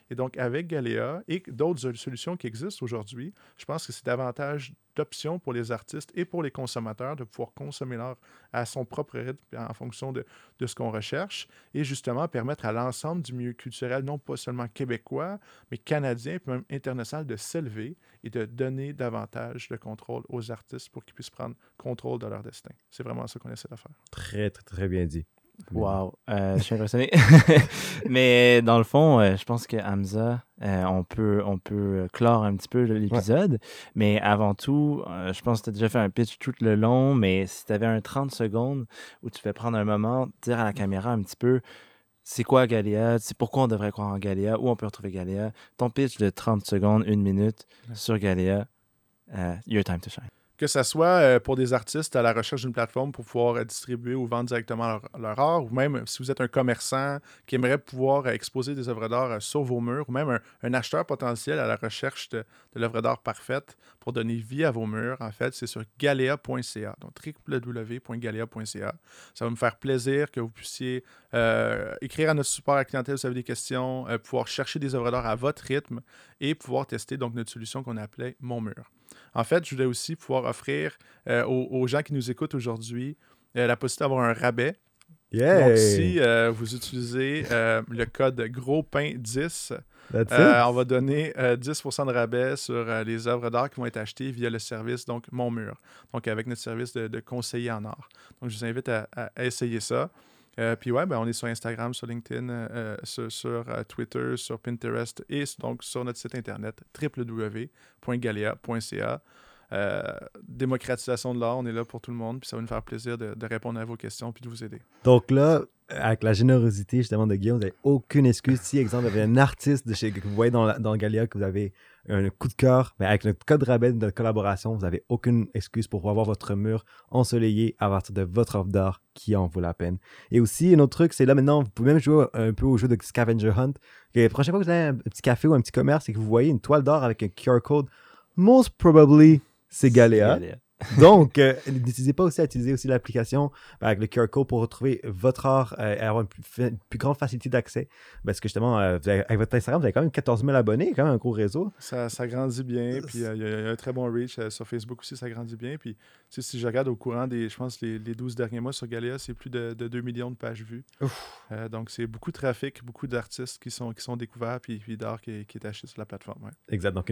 Et donc, avec Galéa et d'autres solutions qui existent aujourd'hui, je pense que c'est davantage d'options pour les artistes et pour les consommateurs de pouvoir consommer l'art à son propre rythme en fonction de ce qu'on recherche et justement permettre à l'ensemble du milieu culturel, non pas seulement québécois, mais canadien et même international, de s'élever et de donner davantage de contrôle aux artistes pour qu'ils puissent prendre contrôle de leur destin. C'est vraiment ça qu'on essaie de faire. Très, très, très bien dit. Wow, je suis impressionné. Mais dans le fond, je pense que Hamza, on peut clore un petit peu l'épisode. Ouais. Mais avant tout, je pense que tu as déjà fait un pitch tout le long, mais si tu avais un 30 secondes où tu fais prendre un moment, dire à la caméra un petit peu c'est quoi Galéa, c'est pourquoi on devrait croire en Galéa, où on peut retrouver Galéa. Ton pitch de 30 secondes, 1 minute sur Galéa, your time to shine. Que ce soit pour des artistes à la recherche d'une plateforme pour pouvoir distribuer ou vendre directement leur art, ou même si vous êtes un commerçant qui aimerait pouvoir exposer des œuvres d'art sur vos murs, ou même un acheteur potentiel à la recherche de l'œuvre d'art parfaite pour donner vie à vos murs, en fait, c'est sur galea.ca, donc www.galea.ca. Ça va me faire plaisir que vous puissiez écrire à notre support à clientèle si vous avez des questions, pouvoir chercher des œuvres d'art à votre rythme et pouvoir tester donc notre solution qu'on appelait Mon Mur. En fait, je voulais aussi pouvoir offrir aux gens qui nous écoutent aujourd'hui la possibilité d'avoir un rabais. Yeah. Donc, si vous utilisez le code GROSPAIN10, on va donner 10% de rabais sur les œuvres d'art qui vont être achetées via le service, donc Mon Mur, donc avec notre service de conseiller en art. Donc, je vous invite à essayer ça. Puis ouais, on est sur Instagram, sur LinkedIn, sur Twitter, sur Pinterest et donc sur notre site internet www.galea.ca. Démocratisation de l'art, on est là pour tout le monde, puis ça va nous faire plaisir de répondre à vos questions puis de vous aider. Donc là, avec la générosité justement de Guillaume, vous n'avez aucune excuse. Si, exemple, vous avez un artiste que vous voyez dans Galéa, que vous avez un coup de cœur, mais avec notre code rabais de notre collaboration, vous n'avez aucune excuse pour avoir votre mur ensoleillé à partir de votre offre d'art qui en vaut la peine. Et aussi, un autre truc, c'est là maintenant, vous pouvez même jouer un peu au jeu de Scavenger Hunt. La prochaine fois que vous avez un petit café ou un petit commerce et que vous voyez une toile d'or avec un QR code, most probably, c'est Galéa. Donc, n'hésitez pas aussi à utiliser aussi l'application avec le QR code pour retrouver votre art et avoir une plus grande facilité d'accès. Parce que justement, avec votre Instagram, vous avez quand même 14 000 abonnés, quand même un gros réseau. Ça grandit bien, puis il y a un très bon reach. Sur Facebook aussi, ça grandit bien. Puis si je regarde au courant je pense, les 12 derniers mois sur Galéa, c'est plus de 2 millions de pages vues. Donc, c'est beaucoup de trafic, beaucoup d'artistes qui sont découverts, puis d'art qui est acheté sur la plateforme. Ouais. Exact. Donc,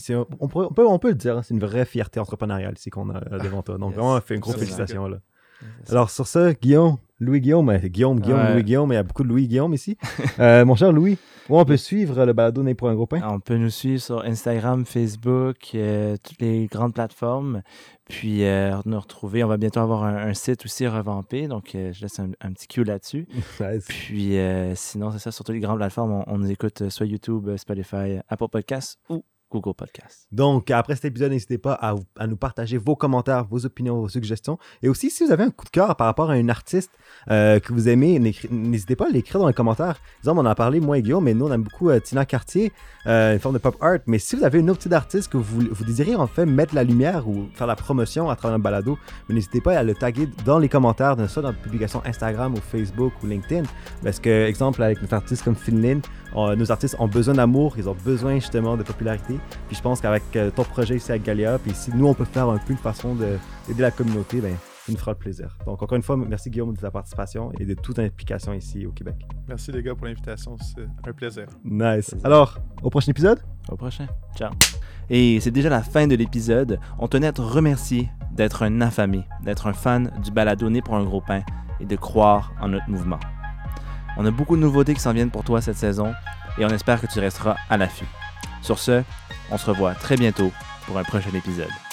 on peut le dire, hein, c'est une vraie fierté entrepreneuriale ici qu'on a devant toi. Donc, vraiment, fait une grosse félicitation là. Alors, sur ça, Louis-Guillaume, mais il y a beaucoup de Louis-Guillaume ici. Mon cher Louis, où on peut suivre le balado Né pour un gros pain? On peut nous suivre sur Instagram, Facebook, toutes les grandes plateformes. Puis, nous retrouver. On va bientôt avoir un site aussi revampé. Donc, je laisse un petit cue là-dessus. Nice. Puis, sinon, c'est ça, sur toutes les grandes plateformes. On nous écoute soit YouTube, Spotify, Apple Podcasts ou Google Podcast. Donc, après cet épisode, n'hésitez pas à nous partager vos commentaires, vos opinions, vos suggestions. Et aussi, si vous avez un coup de cœur par rapport à un artiste que vous aimez, n'hésitez pas à l'écrire dans les commentaires. Exemple, on en a parlé, moi et Guillaume, mais nous, on aime beaucoup Tina Cartier, une forme de pop art. Mais si vous avez une autre petite artiste que vous désirez en fait mettre la lumière ou faire la promotion à travers un balado, n'hésitez pas à le taguer dans les commentaires, soit dans la publication Instagram ou Facebook ou LinkedIn. Parce que, exemple, avec notre artiste comme Finlin, nos artistes ont besoin d'amour, ils ont besoin justement de popularité. Puis je pense qu'avec ton projet ici à Galéa, puis si nous on peut faire un peu une façon d'aider la communauté, ça nous fera le plaisir. Donc encore une fois, merci Guillaume de ta participation et de toute implication ici au Québec. Merci les gars pour l'invitation, c'est un plaisir. Nice. Alors, au prochain épisode? Au prochain. Ciao. Et c'est déjà la fin de l'épisode. On tenait à te remercier d'être un affamé, d'être un fan du balado Né pour un gros pain et de croire en notre mouvement. On a beaucoup de nouveautés qui s'en viennent pour toi cette saison et on espère que tu resteras à l'affût. Sur ce, on se revoit très bientôt pour un prochain épisode.